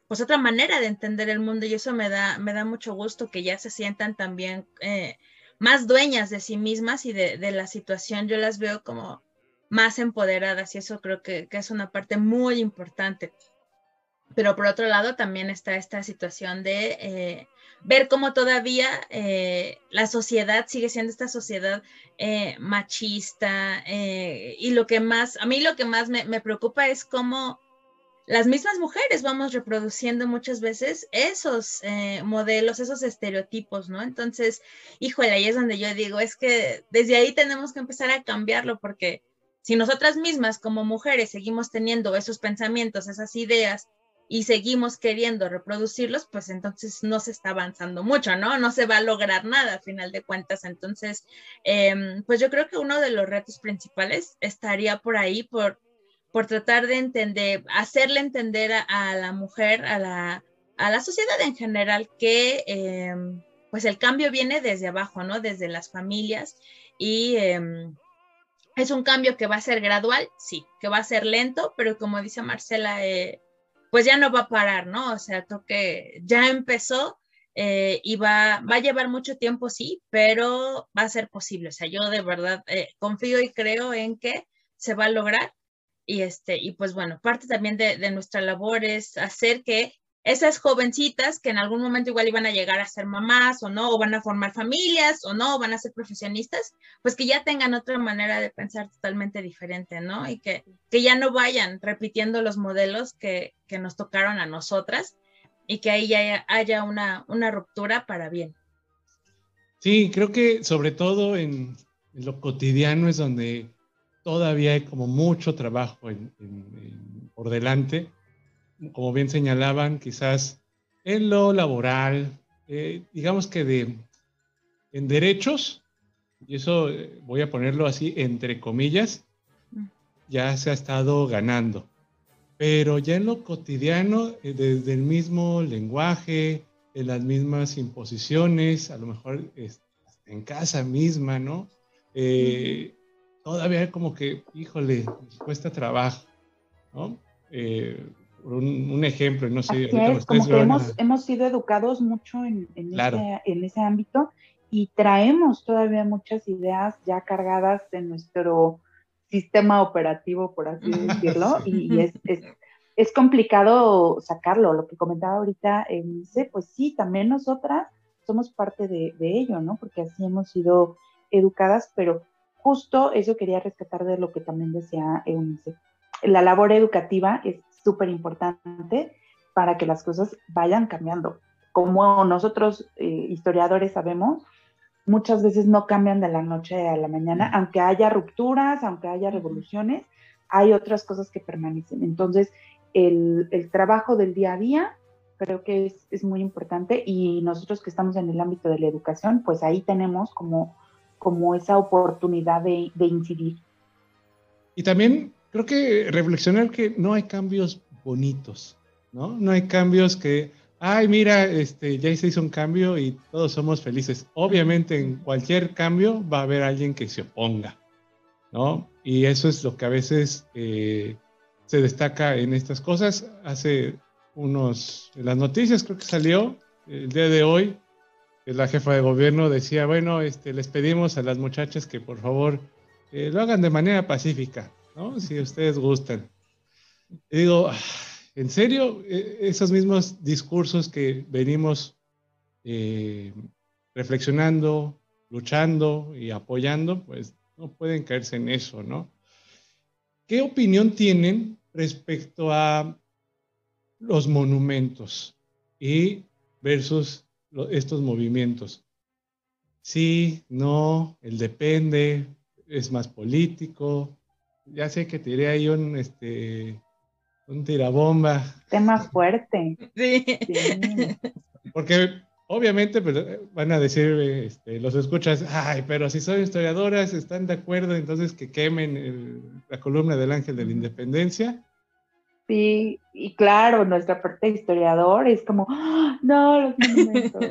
pues otra manera de entender el mundo, y eso me da, me da mucho gusto que ya se sientan también eh, más dueñas de sí mismas y de, de la situación. Yo las veo como más empoderadas, y eso creo que, que es una parte muy importante. Pero por otro lado también está esta situación de eh, ver cómo todavía eh, la sociedad sigue siendo esta sociedad eh, machista, eh, y lo que más, a mí lo que más me, me preocupa es cómo las mismas mujeres vamos reproduciendo muchas veces esos eh, modelos, esos estereotipos, ¿no? Entonces, híjole, ahí es donde yo digo, es que desde ahí tenemos que empezar a cambiarlo, porque si nosotras mismas como mujeres seguimos teniendo esos pensamientos, esas ideas, y seguimos queriendo reproducirlos, pues entonces no se está avanzando mucho, ¿no? No se va a lograr nada a final de cuentas. Entonces, eh, pues yo creo que uno de los retos principales estaría por ahí, por por tratar de entender, hacerle entender a, a la mujer, a la, a la sociedad en general, que eh, pues el cambio viene desde abajo, ¿no? Desde las familias, y eh, es un cambio que va a ser gradual, sí, que va a ser lento, pero como dice Marcela, eh, pues ya no va a parar, ¿no? O sea, creo que ya empezó eh, y va, va a llevar mucho tiempo, sí, pero va a ser posible. O sea, yo de verdad eh, confío y creo en que se va a lograr. Y, este, y pues bueno, parte también de, de nuestra labor es hacer que esas jovencitas que en algún momento igual iban a llegar a ser mamás o no, o van a formar familias o no, o van a ser profesionistas, pues que ya tengan otra manera de pensar totalmente diferente, ¿no? Y que, que ya no vayan repitiendo los modelos que, que nos tocaron a nosotras, y que ahí ya haya, haya una, una ruptura para bien. Sí, creo que sobre todo en, en lo cotidiano es donde todavía hay como mucho trabajo en, en, en, por delante. Como bien señalaban, quizás en lo laboral, eh, digamos que de, en derechos, y eso eh, voy a ponerlo así entre comillas, ya se ha estado ganando. Pero ya en lo cotidiano, eh, desde el mismo lenguaje, en las mismas imposiciones, a lo mejor es, en casa misma, ¿no? Eh, uh-huh. Todavía como que, híjole, cuesta trabajo, ¿no? Eh, un, un ejemplo, no sé. Así es, como que hemos, a... hemos sido educados mucho en, en, claro. ese, en ese ámbito, y traemos todavía muchas ideas ya cargadas de nuestro sistema operativo, por así decirlo, sí. y, y es, es, es complicado sacarlo. Lo que comentaba ahorita Eunice, pues sí, también nosotras somos parte de, de ello, ¿no? Porque así hemos sido educadas, pero justo eso quería rescatar de lo que también decía Eunice. La labor educativa es súper importante para que las cosas vayan cambiando. Como nosotros eh, historiadores sabemos, muchas veces no cambian de la noche a la mañana, aunque haya rupturas, aunque haya revoluciones, hay otras cosas que permanecen. Entonces, el, el trabajo del día a día creo que es, es muy importante, y nosotros que estamos en el ámbito de la educación, pues ahí tenemos como, como esa oportunidad de, de incidir. Y también creo que reflexionar que no hay cambios bonitos, ¿no? No hay cambios que, ay, mira, este, ya se hizo un cambio y todos somos felices. Obviamente en cualquier cambio va a haber alguien que se oponga, ¿no? Y eso es lo que a veces eh, se destaca en estas cosas. Hace unos, en las noticias creo que salió el día de hoy, que la jefa de gobierno decía, bueno, este, les pedimos a las muchachas que por favor eh, lo hagan de manera pacífica, ¿no? Si ustedes gustan. Y digo, ¿en serio? Esos mismos discursos que venimos eh, reflexionando, luchando y apoyando, pues no pueden caerse en eso, ¿no? ¿Qué opinión tienen respecto a los monumentos y versus lo, estos movimientos? Sí, no, el depende, es más político. Ya sé que tiré ahí un, este, un tirabomba. Tema fuerte. Sí. Sí. Porque obviamente pues, van a decir este, los escuchas, ay, pero si son historiadoras, están de acuerdo, entonces que quemen el, la columna del Ángel de la Independencia. Sí, y claro, nuestra parte de historiador es como, ¡oh, no, los monumentos!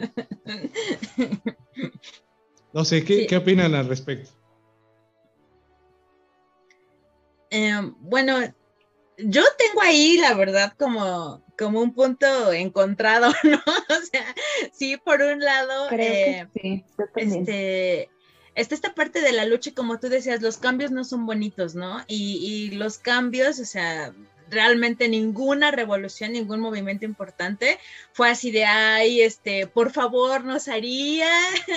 No sé, ¿qué, sí. ¿qué opinan al respecto? Eh, bueno, yo tengo ahí, la verdad, como, como un punto encontrado, ¿no? O sea, sí, por un lado, Creo eh, que sí, yo también. este, está esta parte de la lucha, y como tú decías, los cambios no son bonitos, ¿no? Y, y los cambios, o sea, realmente ninguna revolución, ningún movimiento importante fue así de, ay, este, por favor, nos haría,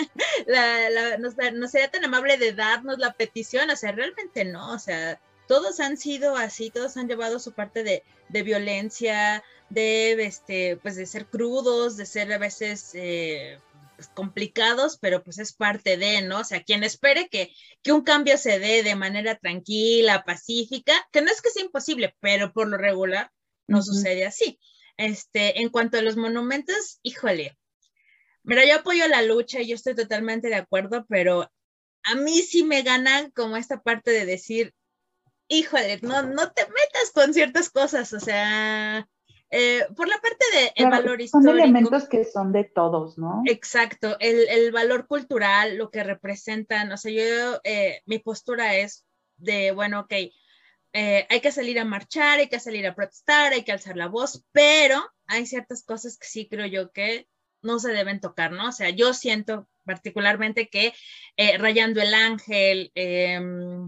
la, la, nos, nos sería tan amable de darnos la petición, o sea, realmente no, o sea, todos han sido así, todos han llevado su parte de, de violencia, de, este, pues de ser crudos, de ser a veces eh, pues complicados, pero pues es parte de, ¿no? O sea, quien espere que, que un cambio se dé de manera tranquila, pacífica, que no es que sea imposible, pero por lo regular no uh-huh. sucede así. Este, en cuanto a los monumentos, híjole, mira, yo apoyo la lucha y yo estoy totalmente de acuerdo, pero a mí sí me ganan como esta parte de decir, híjole, no, no te metas con ciertas cosas, o sea, eh, por la parte del claro, valor son histórico. Son elementos que son de todos, ¿no? Exacto, el, el valor cultural, lo que representan, o sea, yo, eh, mi postura es de, bueno, ok, eh, hay que salir a marchar, hay que salir a protestar, hay que alzar la voz, pero hay ciertas cosas que sí creo yo que no se deben tocar, ¿no? O sea, yo siento particularmente que eh, Rayando el Ángel, eh,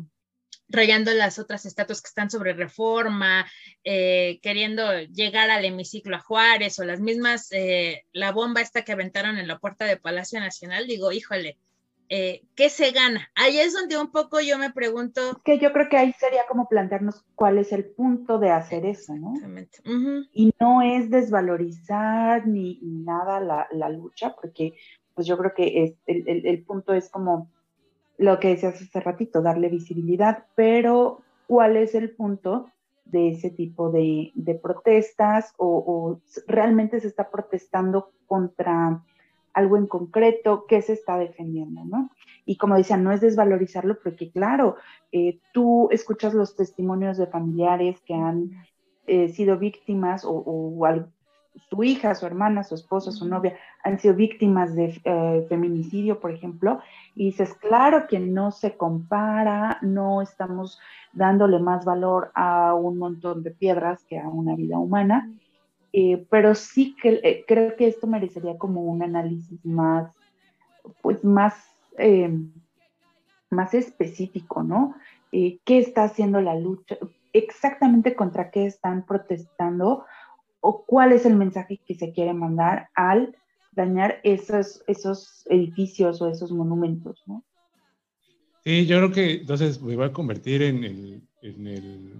rayando las otras estatuas que están sobre Reforma, eh, queriendo llegar al hemiciclo a Juárez, o las mismas, eh, la bomba esta que aventaron en la puerta de Palacio Nacional, digo, híjole, eh, ¿qué se gana? Ahí es donde un poco yo me pregunto. Es que yo creo que ahí sería como plantearnos cuál es el punto de hacer eso, ¿no? Exactamente. Uh-huh. Y no es desvalorizar ni, ni nada la, la lucha, porque pues yo creo que es, el, el, el punto es como lo que decías hace ratito, darle visibilidad, pero ¿cuál es el punto de ese tipo de, de protestas o, o realmente se está protestando contra algo en concreto? ¿Qué se está defendiendo, no? Y como decía, no es desvalorizarlo porque claro, eh, tú escuchas los testimonios de familiares que han eh, sido víctimas o, o al, su hija, su hermana, su esposa, su novia han sido víctimas de eh, feminicidio, por ejemplo, y dices, claro que no se compara, no estamos dándole más valor a un montón de piedras que a una vida humana, eh, pero sí que eh, creo que esto merecería como un análisis más, pues más, eh, más específico, ¿no? Eh, ¿Qué está haciendo la lucha? Exactamente contra qué están protestando o cuál es el mensaje que se quiere mandar al dañar esos, esos edificios o esos monumentos, ¿no? Sí, yo creo que entonces me voy a convertir en el, en el,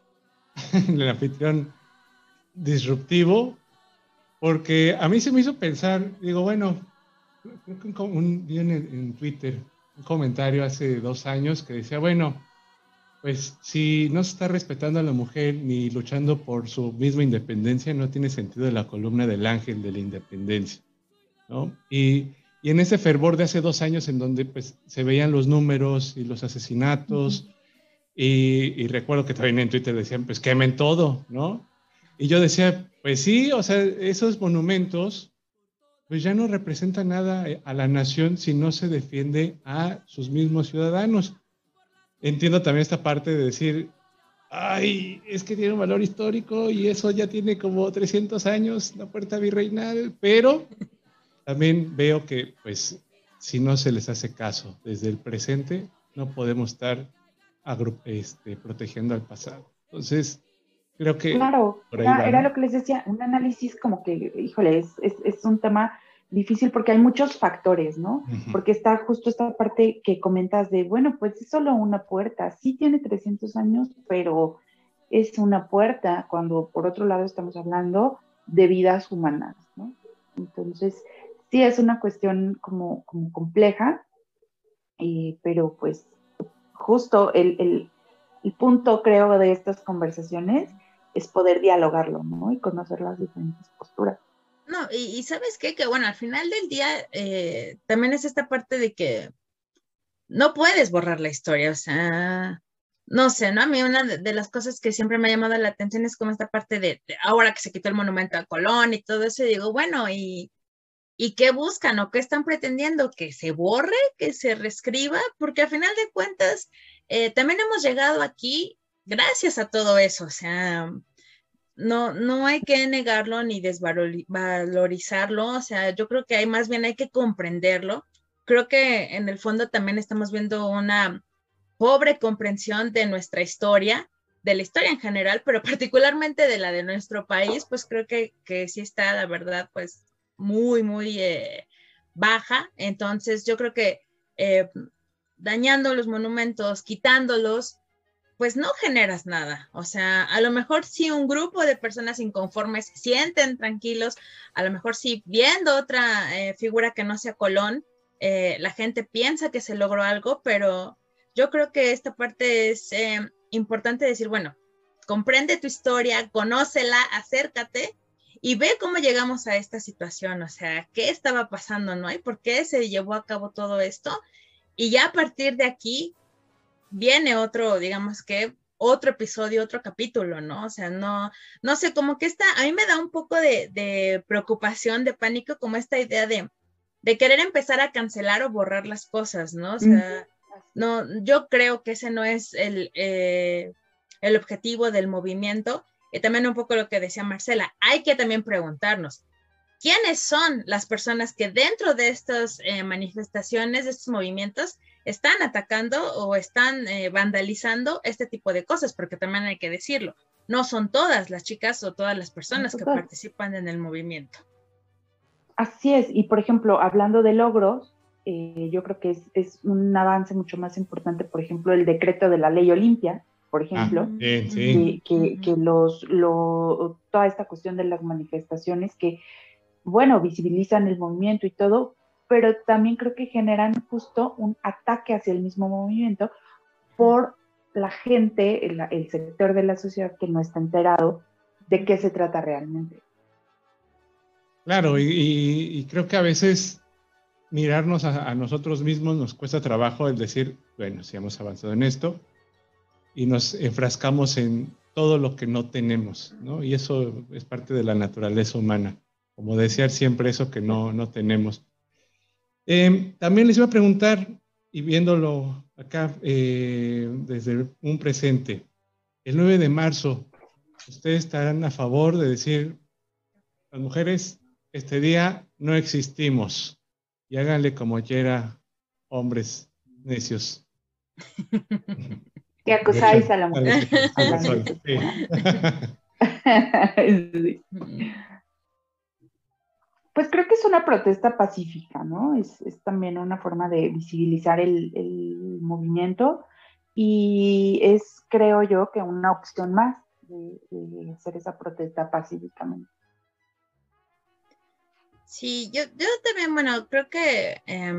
en el anfitrión disruptivo, porque a mí se me hizo pensar, digo, bueno, creo que un, un vi en, en Twitter un comentario hace dos años que decía, bueno, pues si no se está respetando a la mujer ni luchando por su misma independencia, no tiene sentido la columna del ángel de la independencia, ¿no? Y, y en ese fervor de hace dos años en donde pues, se veían los números y los asesinatos, uh-huh. y, y recuerdo que también en Twitter decían, pues quemen todo, ¿no? Y yo decía, pues sí, o sea, esos monumentos pues ya no representan nada a la nación si no se defiende a sus mismos ciudadanos. Entiendo también esta parte de decir, ay, es que tiene un valor histórico y eso ya tiene como trescientos años, la puerta virreinal, pero también veo que, pues, si no se les hace caso desde el presente, no podemos estar agru- este, protegiendo al pasado. Entonces, creo que claro, por ahí era, va, era ¿no? lo que les decía, un análisis como que, híjole, es, es, es un tema difícil porque hay muchos factores, ¿no? Uh-huh. Porque está justo esta parte que comentas de, bueno, pues es solo una puerta, sí tiene trescientos años, pero es una puerta, cuando por otro lado estamos hablando de vidas humanas, ¿no? Entonces, sí es una cuestión como, como compleja, eh, pero pues justo el, el, el punto, creo, de estas conversaciones es poder dialogarlo, ¿no? Y conocer las diferentes posturas. No, y, y ¿sabes qué? Que bueno, al final del día eh, también es esta parte de que no puedes borrar la historia, o sea, no sé, ¿no? A mí una de, de las cosas que siempre me ha llamado la atención es como esta parte de, de ahora que se quitó el monumento a Colón y todo eso, y digo, bueno, ¿y, ¿y qué buscan o qué están pretendiendo? ¿Que se borre, que se reescriba? Porque al final de cuentas, eh, también hemos llegado aquí gracias a todo eso, o sea, no, no hay que negarlo ni desvalorizarlo, o sea, yo creo que hay más bien hay que comprenderlo. Creo que en el fondo también estamos viendo una pobre comprensión de nuestra historia, de la historia en general, pero particularmente de la de nuestro país, pues creo que, que sí está, la verdad, pues muy, muy eh, baja. Entonces yo creo que eh, dañando los monumentos, quitándolos, pues no generas nada. O sea, a lo mejor sí un grupo de personas inconformes se sienten tranquilos, a lo mejor sí viendo otra eh, figura que no sea Colón, eh, la gente piensa que se logró algo, pero yo creo que esta parte es eh, importante decir, bueno, comprende tu historia, conócela, acércate y ve cómo llegamos a esta situación, o sea, qué estaba pasando, ¿no? ¿Y por qué se llevó a cabo todo esto? Y ya a partir de aquí viene otro, digamos que otro episodio, otro capítulo, ¿no? O sea, no, no sé, como que esta, a mí me da un poco de, de preocupación, de pánico, como esta idea de, de querer empezar a cancelar o borrar las cosas, ¿no? O sea, no, yo creo que ese no es el, eh, el objetivo del movimiento. Y también un poco lo que decía Marcela, hay que también preguntarnos, ¿quiénes son las personas que dentro de estas eh, manifestaciones, de estos movimientos, están atacando o están eh, vandalizando este tipo de cosas? Porque también hay que decirlo, no son todas las chicas o todas las personas que participan en el movimiento. Así es, y por ejemplo, hablando de logros, eh, yo creo que es, es un avance mucho más importante, por ejemplo, el decreto de la ley Olimpia, por ejemplo, ah, bien, sí. que, que, que los, lo, toda esta cuestión de las manifestaciones que, bueno, visibilizan el movimiento y todo, pero también creo que generan justo un ataque hacia el mismo movimiento por la gente, el, el sector de la sociedad que no está enterado de qué se trata realmente. Claro, y, y, y creo que a veces mirarnos a, a nosotros mismos nos cuesta trabajo el decir, bueno, si hemos avanzado en esto, y nos enfrascamos en todo lo que no tenemos, ¿no? Y eso es parte de la naturaleza humana, como desear siempre eso que no, no tenemos. Eh, también les iba a preguntar, y viéndolo acá eh, desde un presente, el nueve de marzo, ¿ustedes estarán a favor de decir, las mujeres, este día no existimos, y háganle como quiera, hombres necios? Que acusáis a la mujer. A los que, sí. Pues creo que es una protesta pacífica, ¿no? Es, es también una forma de visibilizar el, el movimiento y es, creo yo, que una opción más de, de hacer esa protesta pacíficamente. Sí, yo, yo también, bueno, creo que eh,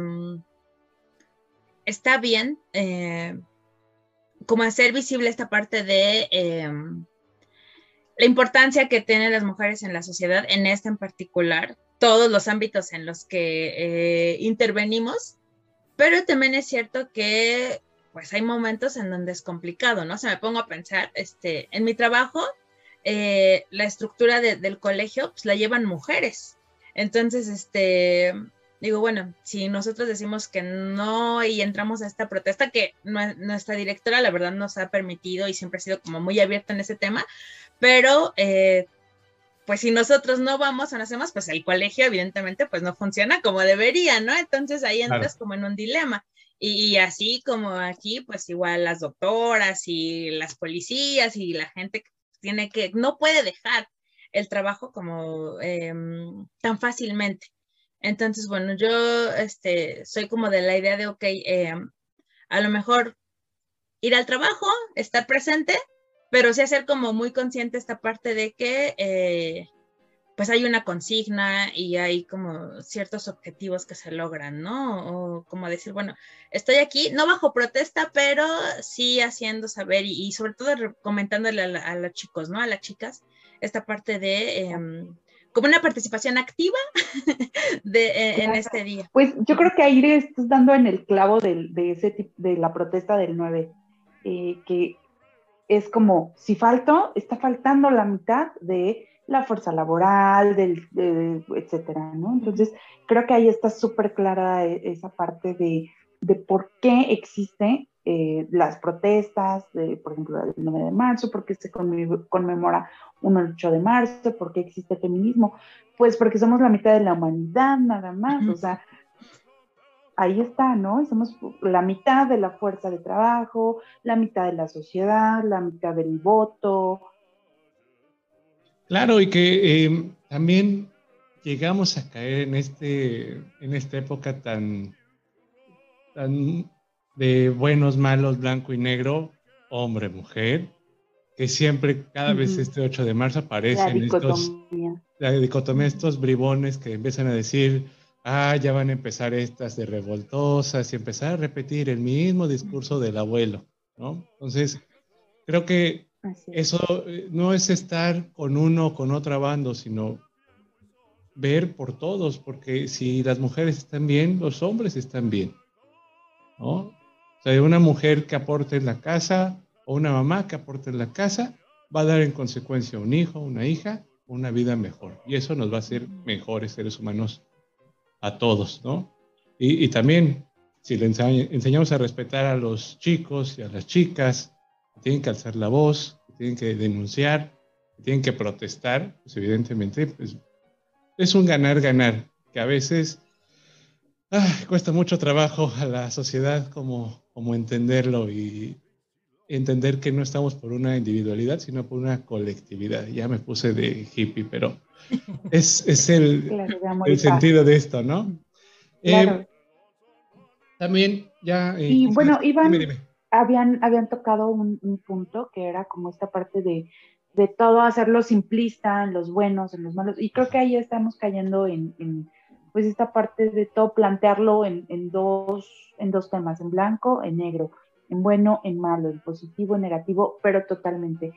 está bien eh, como hacer visible esta parte de eh, la importancia que tienen las mujeres en la sociedad, en esta en particular, todos los ámbitos en los que eh, intervenimos, pero también es cierto que pues hay momentos en donde es complicado, ¿no? O sea, me pongo a pensar, este, en mi trabajo, eh, la estructura de, del colegio, pues la llevan mujeres. Entonces, este, digo, bueno, si nosotros decimos que no y entramos a esta protesta, que no, nuestra directora, la verdad, nos ha permitido y siempre ha sido como muy abierta en ese tema, pero eh, pues si nosotros no vamos o no hacemos, pues el colegio evidentemente pues no funciona como debería, ¿no? Entonces ahí entras claro. como en un dilema. Y, y así como aquí, pues igual las doctoras y las policías y la gente que tiene que, no puede dejar el trabajo como eh, tan fácilmente. Entonces, bueno, yo este, soy como de la idea de, ok, eh, a lo mejor ir al trabajo, estar presente, pero sí hacer como muy consciente esta parte de que eh, pues hay una consigna y hay como ciertos objetivos que se logran, ¿no? O como decir, bueno, estoy aquí, no bajo protesta, pero sí haciendo saber y, y sobre todo comentándole a, la, a los chicos, ¿no? A las chicas, esta parte de eh, como una participación activa de, eh, claro. en este día. Pues yo creo que ahí estás dando en el clavo de, de ese tipo, de la protesta del nueve, eh, que es como, si falto, está faltando la mitad de la fuerza laboral, del, de, etcétera, ¿no? Entonces, creo que ahí está súper clara esa parte de, de por qué existe eh, las protestas, de, por ejemplo, el nueve de marzo, porque se conmemora un ocho de marzo, porque existe el feminismo, pues porque somos la mitad de la humanidad nada más, o sea, ahí está, ¿no? Somos la mitad de la fuerza de trabajo, la mitad de la sociedad, la mitad del voto. Claro, y que eh, también llegamos a caer en, este, en esta época tan, tan de buenos, malos, blanco y negro, hombre, mujer, que siempre, cada vez Uh-huh. este ocho de marzo La aparecen estos, dicotomía. la dicotomía, estos bribones que empiezan a decir, ah, ya van a empezar estas de revoltosas y empezar a repetir el mismo discurso del abuelo, ¿no? Entonces, creo que Así es. eso eh, no es estar con uno o con otra bando, sino ver por todos, porque si las mujeres están bien, los hombres están bien, ¿no? O sea, una mujer que aporte en la casa o una mamá que aporte en la casa va a dar en consecuencia un hijo, una hija, una vida mejor. Y eso nos va a hacer mejores seres humanos a todos, ¿no? Y, y también, si le enseñ enseñamos a respetar a los chicos y a las chicas, que tienen que alzar la voz, que tienen que denunciar, que tienen que protestar, pues evidentemente, pues es un ganar-ganar, que a veces ah, cuesta mucho trabajo a la sociedad como, como entenderlo y entender que no estamos por una individualidad, sino por una colectividad. Ya me puse de hippie, pero es, es el, Claro, de amor y el paz. sentido de esto, ¿no? Claro. Eh, también ya eh, Y quizás, bueno, dime, Iván, dime. habían, habían tocado un, un punto que era como esta parte de, de todo hacerlo simplista, en los buenos, en los malos, y creo que ahí estamos cayendo en, en pues esta parte de todo plantearlo en, en, dos, en dos temas, en blanco, en negro, en bueno, en malo, en positivo, en negativo, pero totalmente.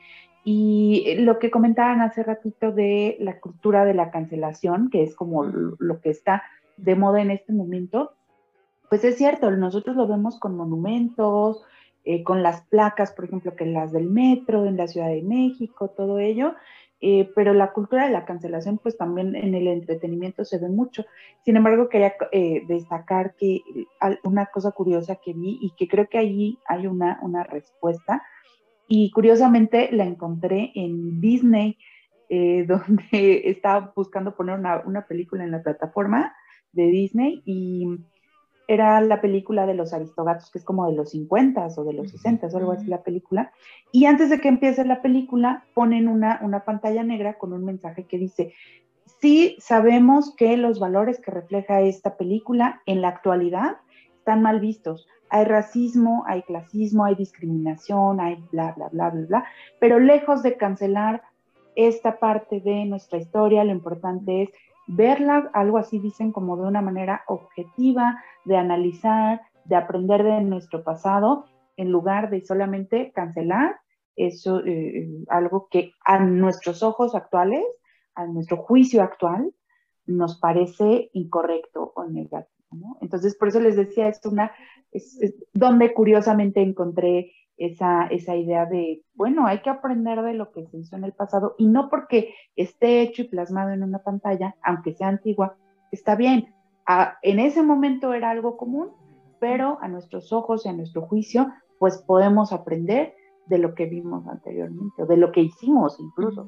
Y lo que comentaban hace ratito de la cultura de la cancelación, que es como lo que está de moda en este momento, pues es cierto, nosotros lo vemos con monumentos, eh, con las placas, por ejemplo, que las del metro, en la Ciudad de México, todo ello, eh, pero la cultura de la cancelación, pues también en el entretenimiento se ve mucho. Sin embargo, quería eh, destacar que una cosa curiosa que vi y que creo que allí hay una, una respuesta, y curiosamente la encontré en Disney, eh, donde estaba buscando poner una, una película en la plataforma de Disney y era la película de los Aristogatos, que es como de los cincuenta o de los sesenta o algo así la película. Y antes de que empiece la película, ponen una, una pantalla negra con un mensaje que dice, sí sabemos que los valores que refleja esta película en la actualidad están mal vistos. Hay racismo, hay clasismo, hay discriminación, hay bla, bla, bla, bla, bla. Pero lejos de cancelar esta parte de nuestra historia, lo importante es verla, algo así dicen, como de una manera objetiva, de analizar, de aprender de nuestro pasado, en lugar de solamente cancelar eso, eh, algo que a nuestros ojos actuales, a nuestro juicio actual, nos parece incorrecto o negativo, ¿no? Entonces, por eso les decía, es una, es, es donde curiosamente encontré esa, esa idea de, bueno, hay que aprender de lo que se hizo en el pasado y no porque esté hecho y plasmado en una pantalla, aunque sea antigua, está bien. A, en ese momento era algo común, pero a nuestros ojos y a nuestro juicio, pues podemos aprender de lo que vimos anteriormente, o de lo que hicimos incluso.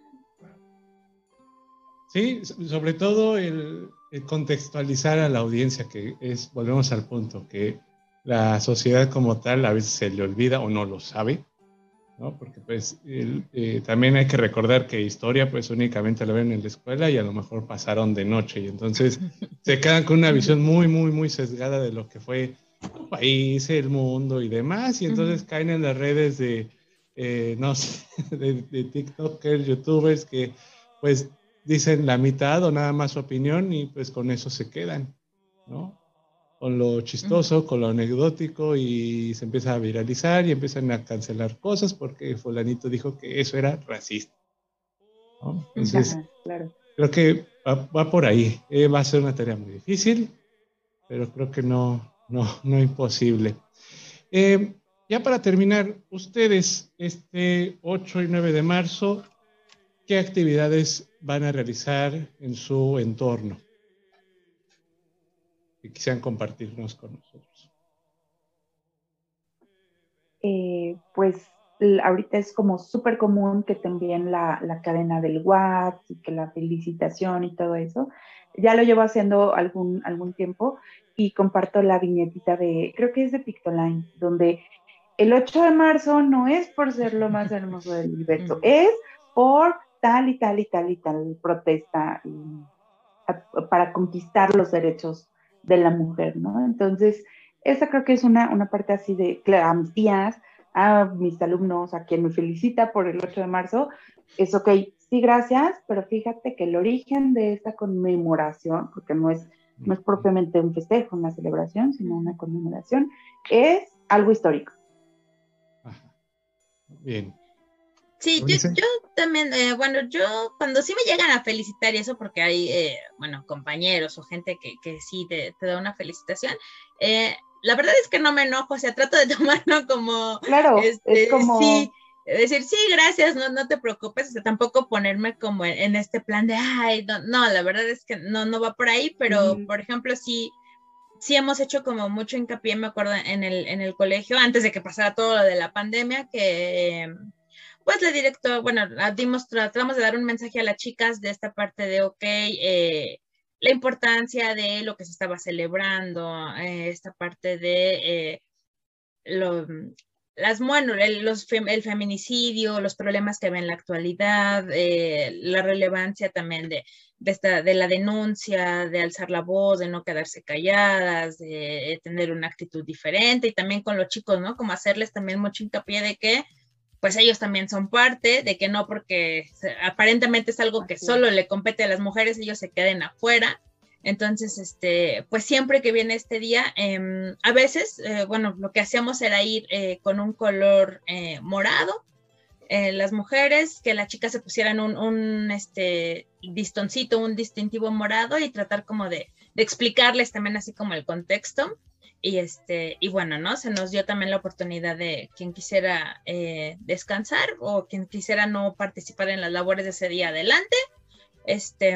Sí, sobre todo el, el contextualizar a la audiencia, que es, volvemos al punto, que la sociedad como tal a veces se le olvida o no lo sabe, ¿no? Porque pues el, eh, también hay que recordar que historia pues únicamente la ven en la escuela y a lo mejor pasaron de noche y entonces se quedan con una visión muy, muy, muy sesgada de lo que fue el país, el mundo y demás, y entonces caen en las redes de, eh, no sé, de, de TikTokers, YouTubers que pues dicen la mitad o nada más su opinión y pues con eso se quedan, ¿no? Con lo chistoso, con lo anecdótico y se empieza a viralizar y empiezan a cancelar cosas porque fulanito dijo que eso era racista, ¿no? Entonces, Ajá, claro. creo que va, va por ahí. Eh, va a ser una tarea muy difícil, pero creo que no, no, no imposible. Eh, ya para terminar, ustedes este ocho y nueve de marzo, ¿qué actividades van a realizar en su entorno? Que quisieran compartirnos con nosotros. eh, pues l- ahorita es como súper común que te envíen la, la cadena del WhatsApp y que la felicitación y todo eso. Ya lo llevo haciendo algún, algún tiempo y comparto la viñetita de, creo que es de Pictoline, donde el ocho de marzo no es por ser lo más hermoso del universo, es por tal y tal y tal y tal protesta y, a, para conquistar los derechos de la mujer, ¿no? Entonces, esa creo que es una, una parte así de, claro, a mis tías, a mis alumnos, a quien me felicita por el ocho de marzo, es ok, sí, gracias, pero fíjate que el origen de esta conmemoración, porque no es, no es propiamente un festejo, una celebración, sino una conmemoración, es algo histórico. Ajá. Bien. Sí, yo, yo también, eh, bueno, yo cuando sí me llegan a felicitar y eso, porque hay, eh, bueno, compañeros o gente que, que sí te, te da una felicitación, eh, la verdad es que no me enojo, o sea, trato de tomarlo como, claro, este, es como... sí, decir, sí, gracias, no, no te preocupes, o sea, tampoco ponerme como en, en este plan de, ay, no, no, la verdad es que no, no va por ahí, pero, mm. por ejemplo, sí, sí hemos hecho como mucho hincapié, me acuerdo, en el, en el colegio, antes de que pasara todo lo de la pandemia, que... Eh, pues le directo, bueno, dimos, tratamos de dar un mensaje a las chicas de esta parte de, ok, eh, la importancia de lo que se estaba celebrando, eh, esta parte de eh, lo, las, bueno, el, los, el feminicidio, los problemas que ven en la actualidad, eh, la relevancia también de, de, esta, de la denuncia, de alzar la voz, de no quedarse calladas, de, de tener una actitud diferente, y también con los chicos, ¿no? Como hacerles también mucho hincapié de que pues ellos también son parte, de que no porque aparentemente es algo que solo le compete a las mujeres, ellos se queden afuera. Entonces, este, pues siempre que viene este día, eh, a veces, eh, bueno, lo que hacíamos era ir eh, con un color eh, morado, eh, las mujeres, que las chicas se pusieran un, un este, listoncito, un distintivo morado y tratar como de, de explicarles también así como el contexto. Y, este, y bueno, ¿no? Se nos dio también la oportunidad de quien quisiera eh, descansar o quien quisiera no participar en las labores de ese día adelante. Este,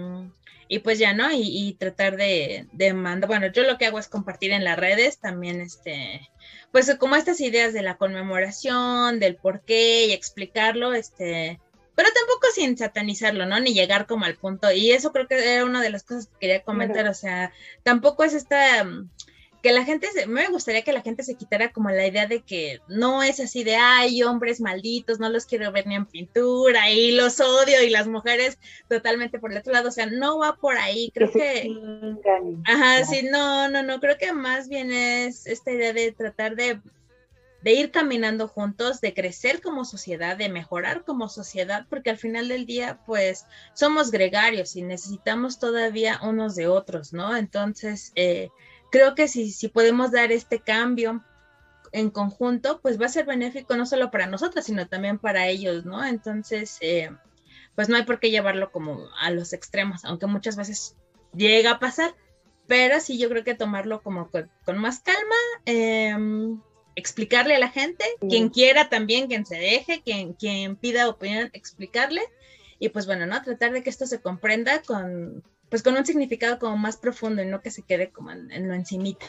y pues ya, ¿no? Y, y tratar de, de mandar, bueno, yo lo que hago es compartir en las redes también, este, pues como estas ideas de la conmemoración, del por qué y explicarlo, este, pero tampoco sin satanizarlo, ¿no? Ni llegar como al punto, y eso creo que era una de las cosas que quería comentar, o sea, tampoco es esta... que la gente, se, me gustaría que la gente se quitara como la idea de que no es así de, ay, hombres malditos, no los quiero ver ni en pintura y los odio, y las mujeres totalmente por el otro lado, o sea, no va por ahí, creo que... que ajá, sí, no, no, no, creo que más bien es esta idea de tratar de, de ir caminando juntos, de crecer como sociedad, de mejorar como sociedad, porque al final del día, pues, somos gregarios y necesitamos todavía unos de otros, ¿no? Entonces, eh, creo que si, si podemos dar este cambio en conjunto, pues va a ser benéfico no solo para nosotros, sino también para ellos, ¿no? Entonces, eh, pues no hay por qué llevarlo como a los extremos, aunque muchas veces llega a pasar, pero sí yo creo que tomarlo como con, con más calma, eh, explicarle a la gente, sí. Quien quiera también, quien se deje, quien, quien pida opinión, explicarle, y pues bueno, ¿no? Tratar de que esto se comprenda con... pues con un significado como más profundo y no que se quede como en, en lo encimita.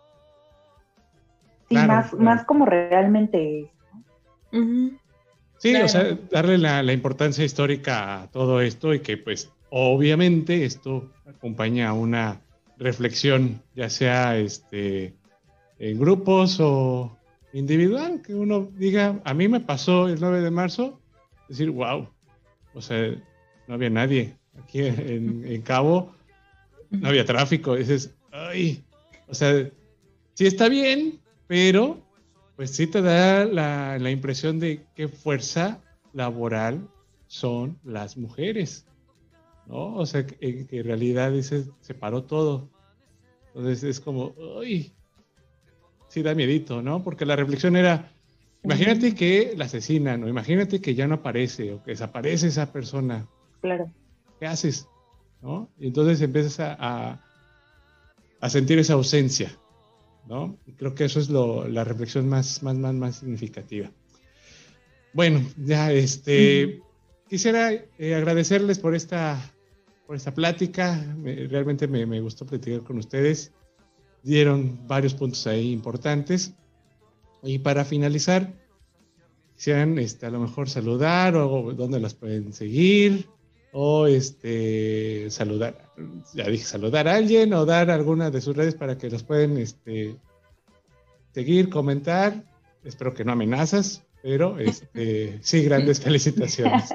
Sí, claro, más, claro. más como realmente es. Uh-huh. Sí, claro. O sea, darle la, la importancia histórica a todo esto, y que pues obviamente esto acompaña a una reflexión, ya sea este, en grupos o individual, que uno diga, a mí me pasó el nueve de marzo, decir, wow, o sea, no había nadie. Aquí en, en Cabo no había tráfico, dices, ay, o sea, sí está bien, pero pues sí te da la, la impresión de qué fuerza laboral son las mujeres, ¿no? O sea, que, que en realidad dices, se paró todo. Entonces es como, ay, sí da miedito, ¿no? Porque la reflexión era, imagínate que la asesinan, o imagínate que ya no aparece, o que desaparece esa persona. Claro. ¿Qué haces? ¿No? Y entonces empiezas a, a, a sentir esa ausencia, ¿no? Y creo que eso es lo, la reflexión más, más, más, más significativa. Bueno, ya este, uh-huh. quisiera eh, agradecerles por esta, por esta plática. Me, realmente me, me gustó platicar con ustedes. Dieron varios puntos ahí importantes. Y para finalizar, quisieran este, a lo mejor saludar o dónde las pueden seguir o este, saludar, ya dije, saludar a alguien o dar alguna de sus redes para que los pueden este, seguir, comentar. Espero que no amenazas, pero este, sí, grandes felicitaciones.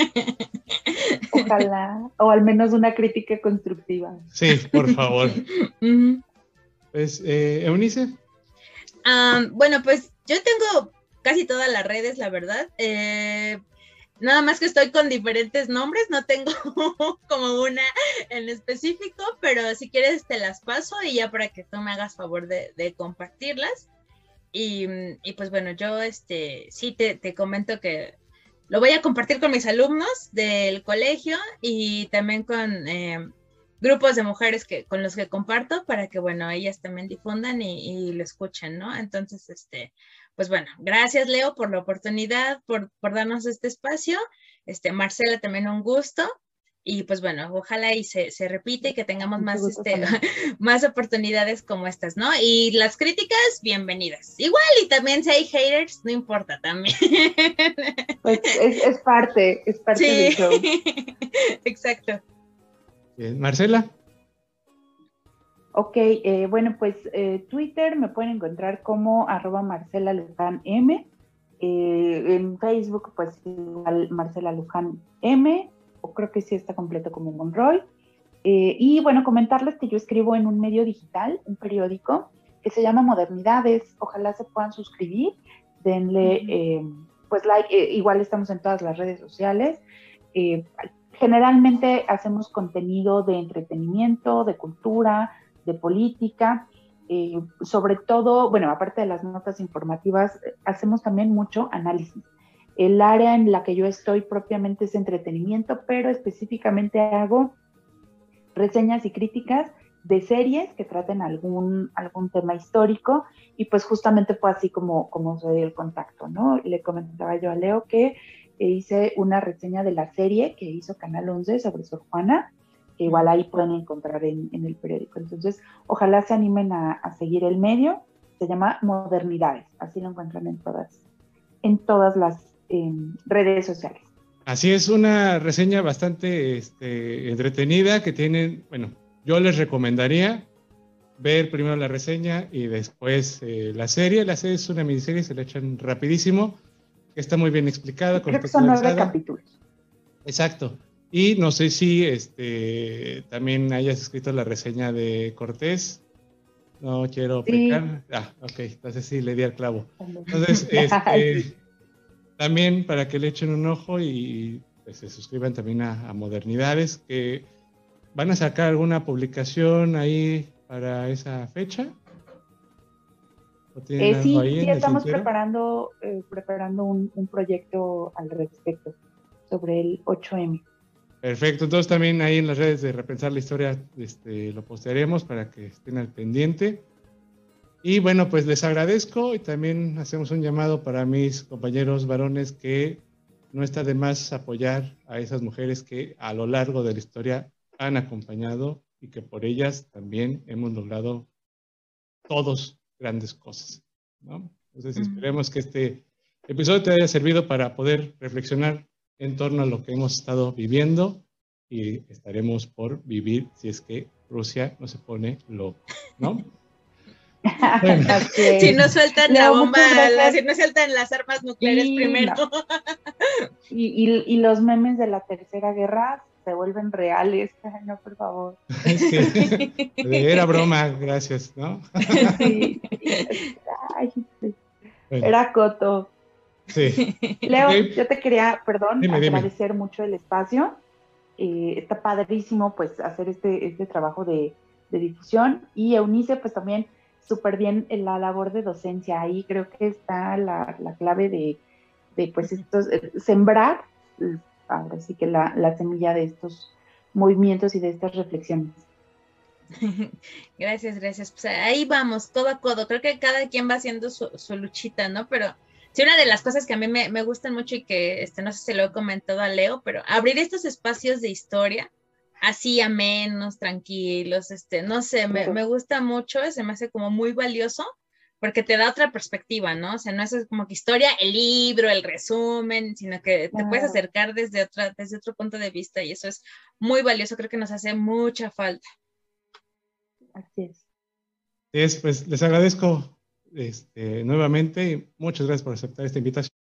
Ojalá, o al menos una crítica constructiva. Sí, por favor. Uh-huh. Pues, eh, Eunice. Um, bueno, pues yo tengo casi todas las redes, la verdad. Eh, nada más que estoy con diferentes nombres, no tengo como una en específico, pero si quieres te las paso y ya para que tú me hagas favor de, de compartirlas. Y, y pues bueno, yo este sí te, te comento que lo voy a compartir con mis alumnos del colegio y también con eh, grupos de mujeres que, con los que comparto para que, bueno, ellas también difundan y, y lo escuchen, ¿no? Entonces, este, pues bueno, gracias, Leo, por la oportunidad, por, por darnos este espacio. Este, Marcela, también un gusto. Y pues bueno, ojalá y se, se repite y que tengamos más, este, más oportunidades como estas, ¿no? Y las críticas, bienvenidas. Igual, y también si hay haters, no importa también. Pues es, es parte, es parte sí. del show. Exacto. Bien, Marcela. Ok, eh, bueno, pues eh, Twitter me pueden encontrar como arroba Marcela Luján M. Eh, en Facebook, pues igual Marcela Luján M. O creo que sí está completo como Monroy. Eh, y bueno, comentarles que yo escribo en un medio digital, un periódico, que se llama Modernidades. Ojalá se puedan suscribir, denle uh-huh. eh, pues like, eh, igual estamos en todas las redes sociales. Eh, generalmente hacemos contenido de entretenimiento, de cultura, de política, eh, sobre todo, bueno, aparte de las notas informativas, hacemos también mucho análisis. El área en la que yo estoy propiamente es entretenimiento, pero específicamente hago reseñas y críticas de series que traten algún, algún tema histórico y pues justamente fue así como, como se dio el contacto, ¿no? Le comentaba yo a Leo que hice una reseña de la serie que hizo Canal once sobre Sor Juana, que igual ahí pueden encontrar en, en el periódico. Entonces, ojalá se animen a, a seguir el medio. Se llama Modernidades, así lo encuentran en todas, en todas las eh, redes sociales. Así es, una reseña bastante este, entretenida que tienen, bueno, yo les recomendaría ver primero la reseña y después eh, la serie. La serie es una miniserie, se la echan rapidísimo, está muy bien explicada. Creo que son nueve capítulos. Exacto. Y no sé si este, también hayas escrito la reseña de Cortés. No quiero pecar. Sí. Ah, ok, entonces sí, le di al clavo. Entonces, este, sí. También para que le echen un ojo y pues, se suscriban también a, a Modernidades, que van a sacar alguna publicación ahí para esa fecha. Eh, sí, sí, estamos preparando, eh, preparando un, un proyecto al respecto sobre el ocho eme. Perfecto, entonces también ahí en las redes de Repensar la Historia este, lo postearemos para que estén al pendiente. Y bueno, pues les agradezco y también hacemos un llamado para mis compañeros varones que no está de más apoyar a esas mujeres que a lo largo de la historia han acompañado y que por ellas también hemos logrado todos grandes cosas, ¿no? Entonces esperemos que este episodio te haya servido para poder reflexionar en torno a lo que hemos estado viviendo y estaremos por vivir si es que Rusia no se pone loco, ¿no? Bueno. Si no sueltan Leo, la bomba, la, si no sueltan las armas nucleares sí, primero. No. Y, y, y los memes de la Tercera Guerra se vuelven reales. No, por favor. Sí. Era broma, gracias, ¿no? Sí. Ay, sí. Bueno. Era coto. Sí. Leo, okay. Yo te quería, perdón, dime, agradecer dime. mucho el espacio. Eh, está padrísimo, pues, hacer este, este trabajo de, de difusión. Y Eunice, pues, también súper bien en la labor de docencia. Ahí creo que está la, la clave de, de, pues, estos, eh, sembrar, ahora sí que la, la semilla de estos movimientos y de estas reflexiones. Gracias, gracias. Pues ahí vamos, codo a codo. Creo que cada quien va haciendo su, su luchita, ¿no? Pero sí, una de las cosas que a mí me, me gustan mucho y que, este, no sé si lo he comentado a Leo, pero abrir estos espacios de historia, así amenos, tranquilos, este, no sé, me, me gusta mucho, se me hace como muy valioso porque te da otra perspectiva, ¿no? O sea, no es como que historia, el libro, el resumen, sino que te puedes acercar desde, otra, desde otro punto de vista y eso es muy valioso, creo que nos hace mucha falta. Así es. Es, pues les agradezco este, nuevamente y muchas gracias por aceptar esta invitación.